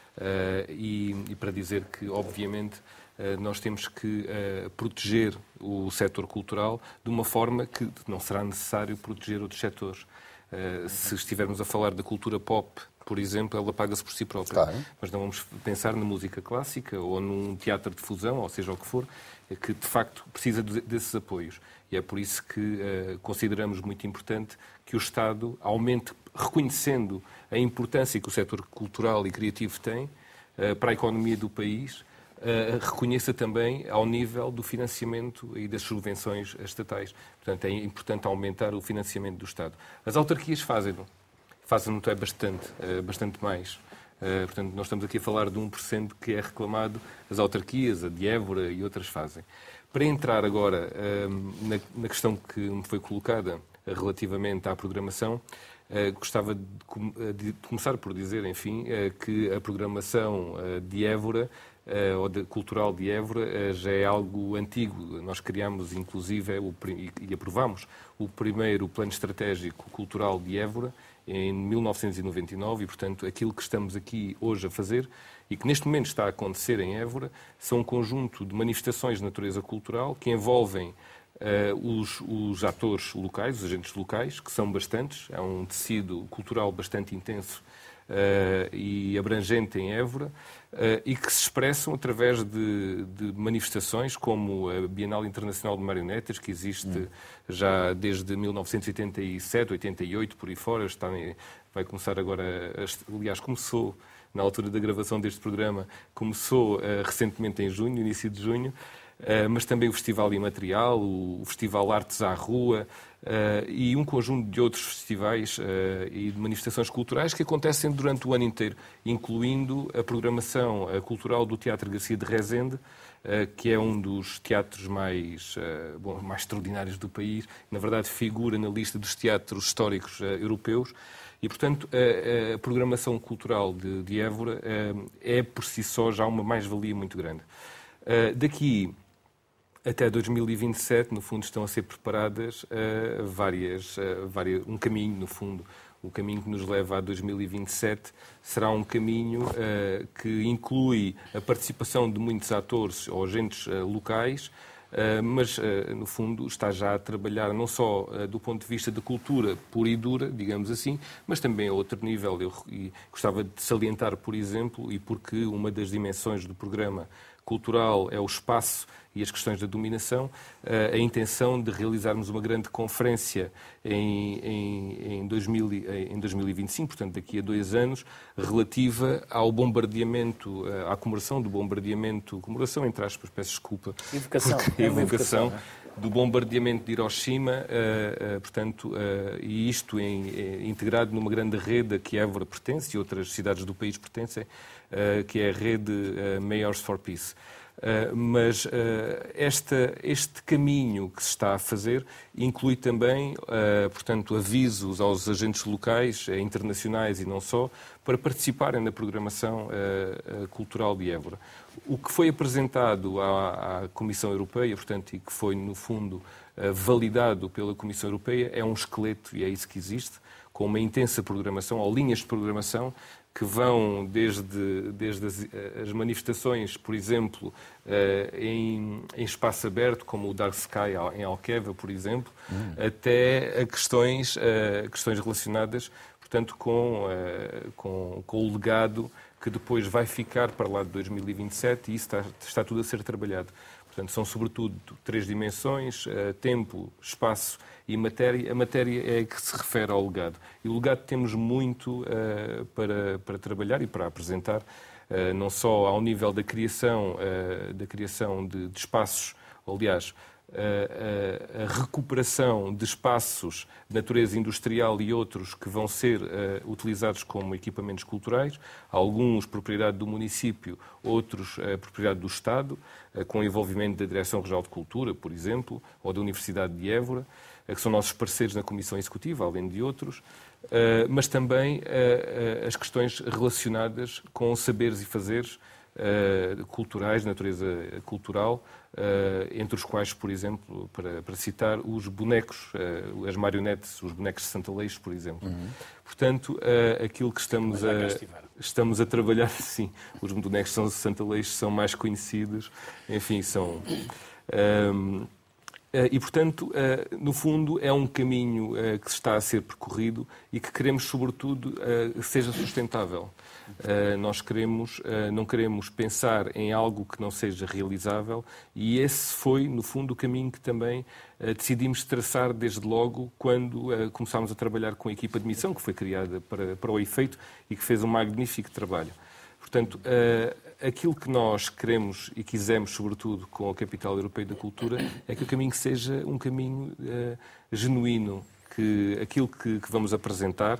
E para dizer que, obviamente, nós temos que proteger o setor cultural de uma forma que não será necessário proteger outros setores. Se estivermos a falar da cultura pop, por exemplo, ela paga-se por si própria. Claro. Mas não vamos pensar na música clássica ou num teatro de fusão, ou seja o que for, que de facto precisa desses apoios. E é por isso que consideramos muito importante que o Estado aumente, reconhecendo a importância que o setor cultural e criativo tem para a economia do país, reconheça também ao nível do financiamento e das subvenções estatais. Portanto, é importante aumentar o financiamento do Estado. As autarquias fazem-no bastante mais. Portanto, nós estamos aqui a falar de 1% que é reclamado, as autarquias, a de Évora e outras fazem. Para entrar agora na questão que me foi colocada relativamente à programação, gostava de começar por dizer, enfim, que a programação de Évora, ou cultural de Évora, já é algo antigo. Nós criámos, inclusive, e aprovámos o primeiro Plano Estratégico Cultural de Évora, em 1999, e, portanto, aquilo que estamos aqui hoje a fazer e que neste momento está a acontecer em Évora são um conjunto de manifestações de natureza cultural que envolvem os atores locais, os agentes locais, que são bastantes, é um tecido cultural bastante intenso e abrangente em Évora, e que se expressam através de manifestações como a Bienal Internacional de Marionetas, que existe já desde 1987, 88, por aí fora. Vai começar agora, aliás, começou na altura da gravação deste programa, começou recentemente em junho, início de junho, mas também o Festival Imaterial, o Festival Artes à Rua, e um conjunto de outros festivais e de manifestações culturais que acontecem durante o ano inteiro, incluindo a programação cultural do Teatro Garcia de Rezende, que é um dos teatros mais extraordinários do país. Na verdade, figura na lista dos teatros históricos europeus. E, portanto, a programação cultural de Évora é, por si só, já uma mais-valia muito grande. Daqui até 2027, no fundo, estão a ser preparadas um caminho, no fundo. O caminho que nos leva a 2027 será um caminho que inclui a participação de muitos atores ou agentes locais, mas, no fundo, está já a trabalhar não só do ponto de vista da cultura pura e dura, digamos assim, mas também a outro nível. E gostava de salientar, por exemplo, e porque uma das dimensões do programa cultural é o espaço e as questões da dominação, a intenção de realizarmos uma grande conferência em 2025, portanto daqui a 2 anos, relativa ao bombardeamento, à comemoração do bombardeamento, comemoração entre aspas, peço desculpa, evocação do bombardeamento de Hiroshima, portanto, e isto integrado numa grande rede a que Évora pertence e outras cidades do país pertencem, que é a rede Mayors for Peace. Mas este caminho que se está a fazer inclui também, portanto, avisos aos agentes locais, internacionais e não só, para participarem na programação cultural de Évora. O que foi apresentado à Comissão Europeia, portanto, e que foi, no fundo, validado pela Comissão Europeia, é um esqueleto, e é isso que existe, com uma intensa programação, ou linhas de programação, que vão desde as manifestações, por exemplo, em espaço aberto, como o Dark Sky em Alqueva, por exemplo, até a questões relacionadas, portanto, com o legado que depois vai ficar para lá de 2027 e isso está tudo a ser trabalhado. Portanto, são sobretudo 3 dimensões, tempo, espaço e matéria. A matéria é a que se refere ao legado. E o legado temos muito para trabalhar e para apresentar, não só ao nível da criação de espaços, aliás, a recuperação de espaços de natureza industrial e outros que vão ser utilizados como equipamentos culturais, alguns propriedade do município, outros propriedade do Estado, com o envolvimento da Direção Regional de Cultura, por exemplo, ou da Universidade de Évora, que são nossos parceiros na Comissão Executiva, além de outros, mas também as questões relacionadas com saberes e fazeres culturais, de natureza cultural, entre os quais, por exemplo, para citar, os bonecos, as marionetes, os bonecos de Santa Leixo, por exemplo. Portanto, aquilo que estamos a trabalhar, sim, os bonecos de Santa Leixo são mais conhecidos, enfim, são... E, portanto, no fundo, é um caminho que está a ser percorrido e que queremos, sobretudo, que seja sustentável. Nós não queremos pensar em algo que não seja realizável e esse foi, no fundo, o caminho que também decidimos traçar desde logo quando começámos a trabalhar com a equipa de missão, que foi criada para o efeito e que fez um magnífico trabalho. Portanto, aquilo que nós queremos e quisemos, sobretudo, com a Capital Europeia da Cultura, é que o caminho seja um caminho genuíno, que aquilo que vamos apresentar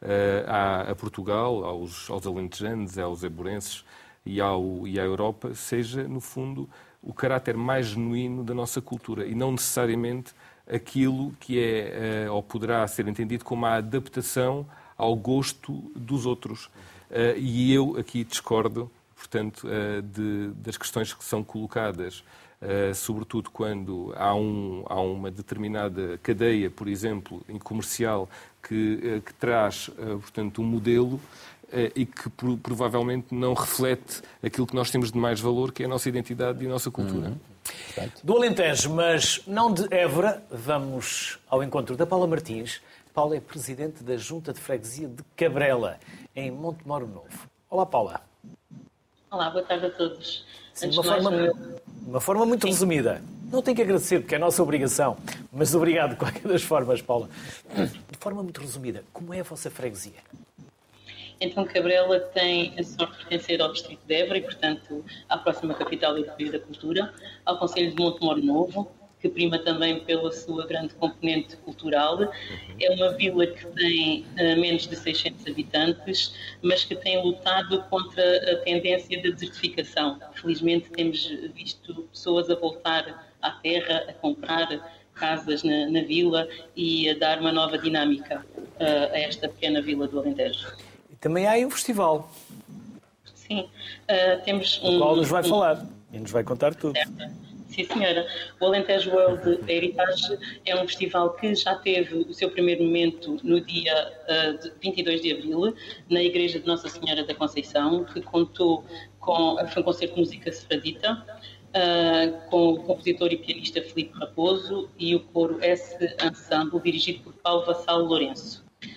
a Portugal, aos alentejanos, aos eburenses e à Europa, seja, no fundo, o caráter mais genuíno da nossa cultura e não necessariamente aquilo que é ou poderá ser entendido como a adaptação ao gosto dos outros. E eu aqui discordo, portanto, das questões que são colocadas, sobretudo quando há uma determinada cadeia, por exemplo, em comercial, que traz, portanto, um modelo e que provavelmente não reflete aquilo que nós temos de mais valor, que é a nossa identidade e a nossa cultura. Do Alentejo, mas não de Évora, vamos ao encontro da Paula Martins. Paula é presidente da Junta de Freguesia de Cabrela, em Montemoro Novo. Olá, Paula. Olá, boa tarde a todos. Sim, uma forma muito resumida. Não tenho que agradecer, porque é a nossa obrigação, mas obrigado de qualquer das formas, Paula. De forma muito resumida, como é a vossa freguesia? Então, Cabrela tem a sorte de pertencer ao distrito de Évora e, portanto, à próxima capital europeia da cultura, ao concelho de Montemoro Novo, que prima também pela sua grande componente cultural. É uma vila que tem menos de 600 habitantes, mas que tem lutado contra a tendência da desertificação. Felizmente temos visto pessoas a voltar à terra, a comprar casas na vila e a dar uma nova dinâmica a esta pequena vila do Alentejo. E também há aí um festival. Sim, temos o qual nos vai falar e nos vai contar tudo. Certo. Sim, senhora. O Alentejo World Heritage é um festival que já teve o seu primeiro momento no dia 22 de abril, na Igreja de Nossa Senhora da Conceição, que contou foi um concerto de música sefradita, com o compositor e pianista Filipe Raposo e o coro S Ensemble, dirigido por Paulo Vassalo Lourenço.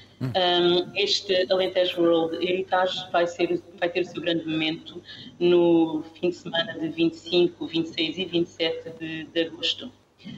Este Alentejo World Heritage vai ter o seu grande momento no fim de semana de 25, 26 e 27 de agosto.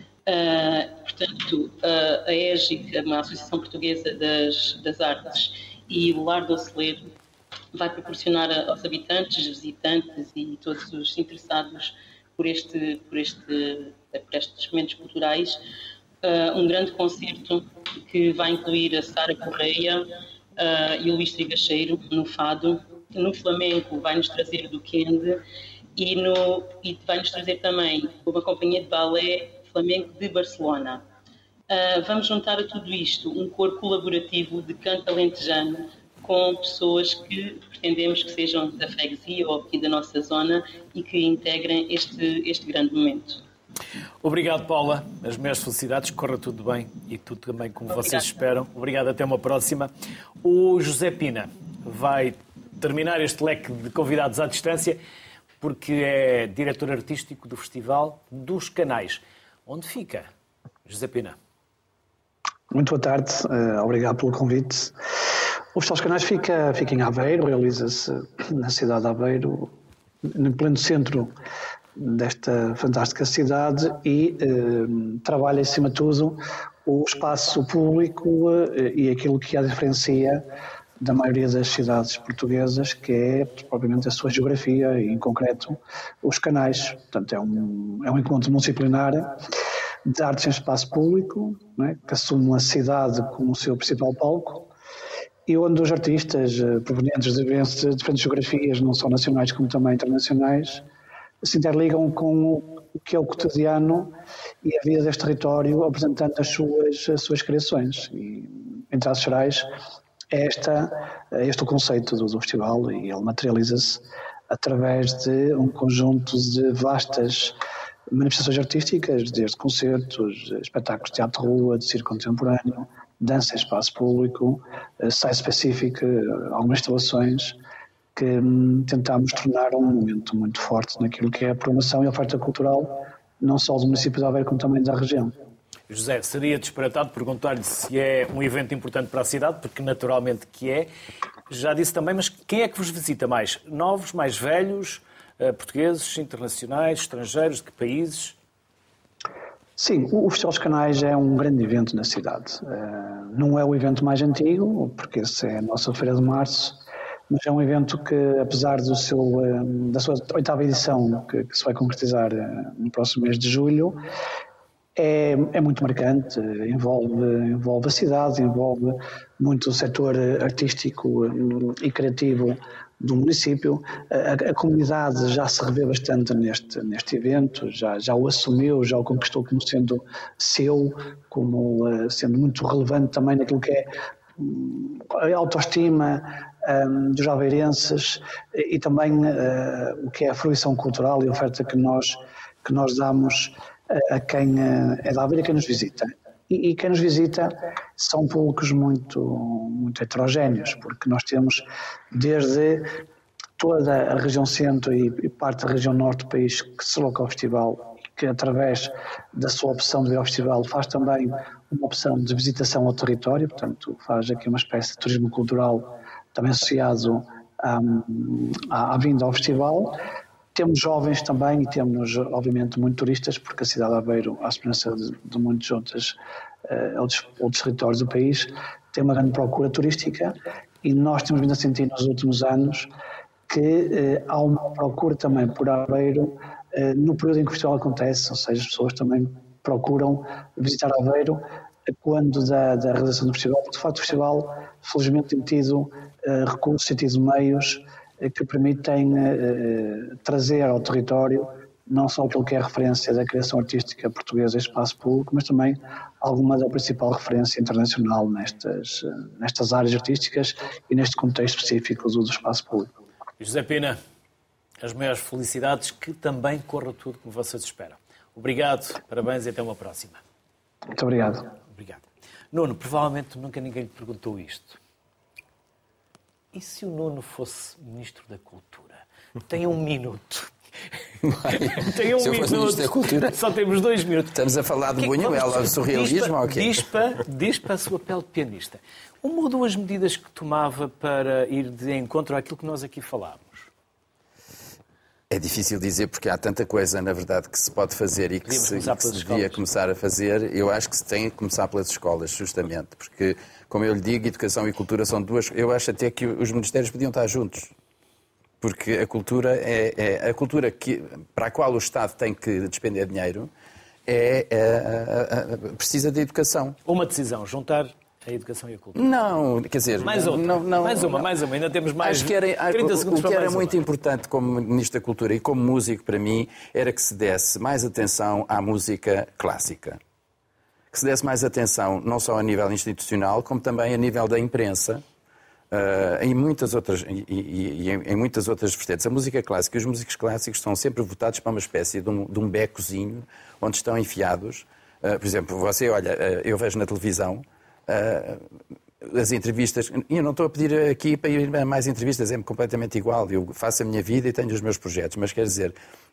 Portanto, a EGIC, a Associação Portuguesa das Artes, e o Lar do Oceleiro vai proporcionar aos habitantes, visitantes e todos os interessados por estes momentos culturais um grande concerto que vai incluir a Sara Correia e o Luís Trigacheiro no fado. No flamenco vai-nos trazer o Duquende e vai-nos trazer também uma companhia de balé flamenco de Barcelona. Vamos juntar a tudo isto um coro colaborativo de canto alentejano com pessoas que pretendemos que sejam da freguesia ou aqui da nossa zona e que integrem este grande momento. Obrigado, Paula. As minhas felicidades, corra tudo bem e tudo também como vocês esperam. Obrigado, até uma próxima. O José Pina vai terminar este leque de convidados à distância porque é diretor artístico do Festival dos Canais. Onde fica, José Pina? Muito boa tarde, obrigado pelo convite. O Festival dos Canais fica em Aveiro, realiza-se na cidade de Aveiro, no pleno centro desta fantástica cidade e trabalha, acima de tudo, o espaço público e aquilo que a diferencia da maioria das cidades portuguesas, que é propriamente a sua geografia e, em concreto, os canais. Portanto, é um encontro multidisciplinar de artes em espaço público, não é? Que assume a cidade como o seu principal palco e onde os artistas provenientes de diferentes geografias, não só nacionais como também internacionais, se interligam com o que é o cotidiano e a vida deste território, apresentando as suas criações. E, em traços gerais, é este o conceito do festival, e ele materializa-se através de um conjunto de vastas manifestações artísticas, desde concertos, espetáculos de teatro de rua, de circo contemporâneo, dança em espaço público, site-specific, algumas instalações que tentámos tornar um momento muito forte naquilo que é a programação e a oferta cultural, não só do município de Aveiro, como também da região. José, seria disparatado perguntar-lhe se é um evento importante para a cidade, porque naturalmente que é. Já disse também, mas quem é que vos visita mais? Novos, mais velhos, portugueses, internacionais, estrangeiros, de que países? Sim, o Festival dos Canais é um grande evento na cidade. Não é o evento mais antigo, porque esse é a nossa Feira de Março, mas é um evento que, apesar da sua 8ª edição, que se vai concretizar no próximo mês de julho, é muito marcante, envolve a cidade, envolve muito o setor artístico e criativo do município. A comunidade já se revê bastante neste evento, já o assumiu, já o conquistou como sendo seu, como sendo muito relevante também naquilo que é a autoestima dos aveirenses e também o que é a fruição cultural e a oferta que nós damos a quem é da Aveiro e quem nos visita. E quem nos visita são públicos muito heterogéneos, porque nós temos desde toda a região centro e parte da região norte do país que se aloca ao festival, que através da sua opção de vir ao festival faz também uma opção de visitação ao território, portanto faz aqui uma espécie de turismo cultural também associado à vinda ao festival. Temos jovens também e temos, obviamente, muito turistas, porque a cidade de Aveiro, à semelhança de muitos outros territórios do país, tem uma grande procura turística e nós temos vindo a sentir nos últimos anos que há uma procura também por Aveiro no período em que o festival acontece, ou seja, as pessoas também procuram visitar Aveiro quando da realização do festival, porque de facto o festival, felizmente, tem tido recursos, tem tido meios que permitem trazer ao território não só aquilo que é a referência da criação artística portuguesa em espaço público, mas também alguma da principal referência internacional nestas áreas artísticas e neste contexto específico do espaço público. José Pina, as maiores felicidades, que também corra tudo como vocês esperam. Obrigado, parabéns e até uma próxima. Muito obrigado. Obrigado. Nuno, provavelmente nunca ninguém lhe perguntou isto. E se o Nuno fosse Ministro da Cultura? Tem um minuto. Tem um minuto. Da Cultura? Só temos 2 minutos. Estamos a falar de Buñuel, do surrealismo ou quê? Diz para a sua pele de pianista. Uma ou duas medidas que tomava para ir de encontro àquilo que nós aqui falámos? É difícil dizer porque há tanta coisa, na verdade, que se pode fazer e que se devia começar a fazer. Eu acho que se tem que começar pelas escolas, justamente, porque, como eu lhe digo, educação e cultura são duas... Eu acho até que os ministérios podiam estar juntos, porque a cultura a cultura para a qual o Estado tem que despender dinheiro precisa de educação. Uma decisão, juntar a educação e a cultura. Não, quer dizer... Mais uma. Ainda temos mais 30 segundos. O que era muito importante como Ministro da Cultura e como músico para mim era que se desse mais atenção à música clássica. Que se desse mais atenção não só a nível institucional, como também a nível da imprensa, em muitas outras vertentes. A música clássica e os músicos clássicos são sempre votados para uma espécie de um becozinho onde estão enfiados. Por exemplo, você olha, eu vejo na televisão as entrevistas, e eu não estou a pedir aqui para ir a mais entrevistas, é-me completamente igual, eu faço a minha vida e tenho os meus projetos, mas quer dizer,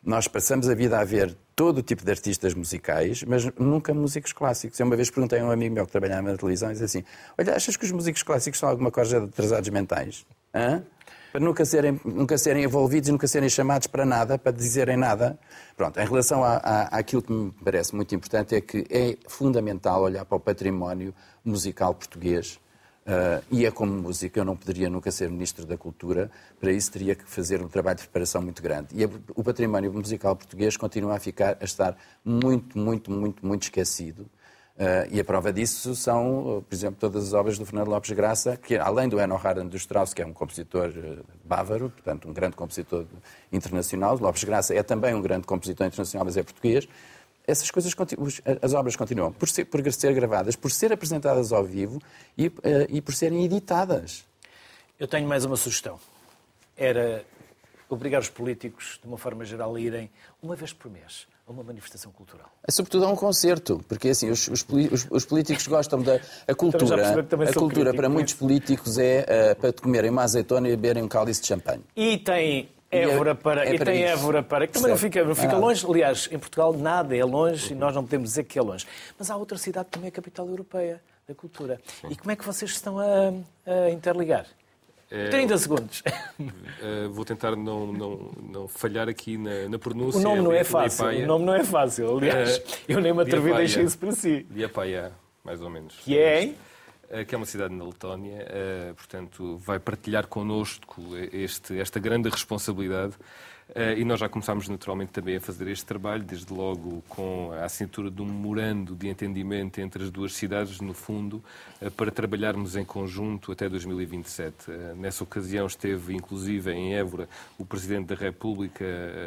Nós passamos a vida a ver todo o tipo de artistas musicais, mas nunca músicos clássicos. Eu uma vez perguntei a um amigo meu que trabalhava na televisão e disse assim: olha, achas que os músicos clássicos são alguma coisa de atrasados mentais? Hã? Para nunca serem envolvidos e nunca serem chamados para nada, para dizerem nada. Pronto, em relação àquilo que me parece muito importante é que é fundamental olhar para o património musical português. E é como músico, eu não poderia nunca ser Ministro da Cultura, para isso teria que fazer um trabalho de preparação muito grande. E o património musical português continua a estar muito, muito, muito, muito esquecido. E a prova disso são, por exemplo, todas as obras do Fernando Lopes Graça, que além do Enno Harden do Strauss, que é um compositor bávaro, portanto um grande compositor internacional, Lopes Graça é também um grande compositor internacional, mas é português. Essas coisas, as obras continuam por ser gravadas, por ser apresentadas ao vivo e por serem editadas. Eu tenho mais uma sugestão. Era obrigar os políticos, de uma forma geral, a irem uma vez por mês a uma manifestação cultural. Sobretudo a um concerto, porque assim, os políticos gostam da cultura. A cultura para muitos políticos é para comerem uma azeitona e beberem um cálice de champanhe. E tem Évora para... Também não fica longe. Aliás, em Portugal nada é longe e nós não podemos dizer que é longe. Mas há outra cidade que também é a capital europeia da cultura. Sim. E como é que vocês estão a interligar? 30 segundos. Vou tentar não falhar aqui na pronúncia. O nome não é fácil. Aliás, eu nem me atrevi a deixar isso para si. Liepaja, mais ou menos. Que é? Que é uma cidade na Letónia, portanto, vai partilhar connosco esta grande responsabilidade. E nós já começámos naturalmente também a fazer este trabalho, desde logo com a assinatura de um memorando de entendimento entre as duas cidades, no fundo, para trabalharmos em conjunto até 2027. Nessa ocasião esteve, inclusive, em Évora, o Presidente da República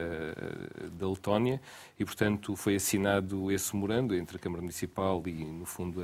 da Letónia e, portanto, foi assinado esse memorando entre a Câmara Municipal e, no fundo,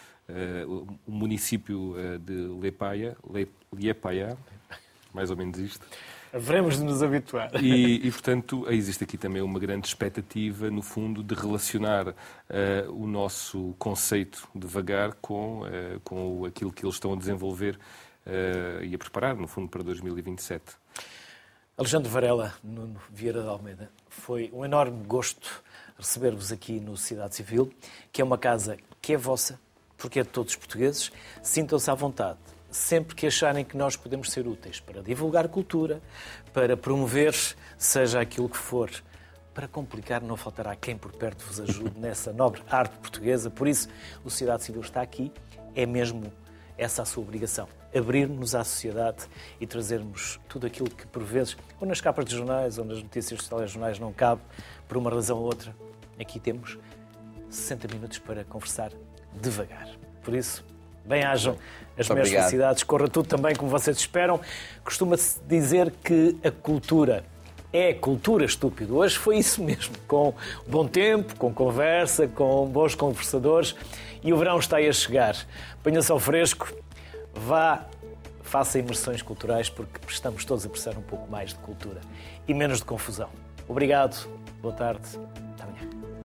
o município de Liepaja, mais ou menos isto. Haveremos de nos habituar. E, portanto, existe aqui também uma grande expectativa, no fundo, de relacionar o nosso conceito de vagar com aquilo que eles estão a desenvolver e a preparar, no fundo, para 2027. Alexandre Varela, Nuno Vieira de Almeida, foi um enorme gosto receber-vos aqui no Sociedade Civil, que é uma casa que é vossa, porque é de todos os portugueses. Sintam-se à vontade. Sempre que acharem que nós podemos ser úteis para divulgar cultura, para promover, seja aquilo que for, para complicar, não faltará quem por perto vos ajude nessa nobre arte portuguesa. Por isso, o Sociedade Civil está aqui, é mesmo essa a sua obrigação. Abrir-nos à sociedade e trazermos tudo aquilo que, por vezes, ou nas capas de jornais ou nas notícias dos telejornais não cabe, por uma razão ou outra. Aqui temos 60 minutos para conversar devagar. Por isso, bem-ajam as minhas felicidades, corra tudo também como vocês esperam. Costuma-se dizer que a cultura é cultura, estúpido. Hoje foi isso mesmo, com bom tempo, com conversa, com bons conversadores. E o verão está aí a chegar. Ponha-se ao fresco, vá, faça imersões culturais, porque estamos todos a precisar um pouco mais de cultura e menos de confusão. Obrigado, boa tarde.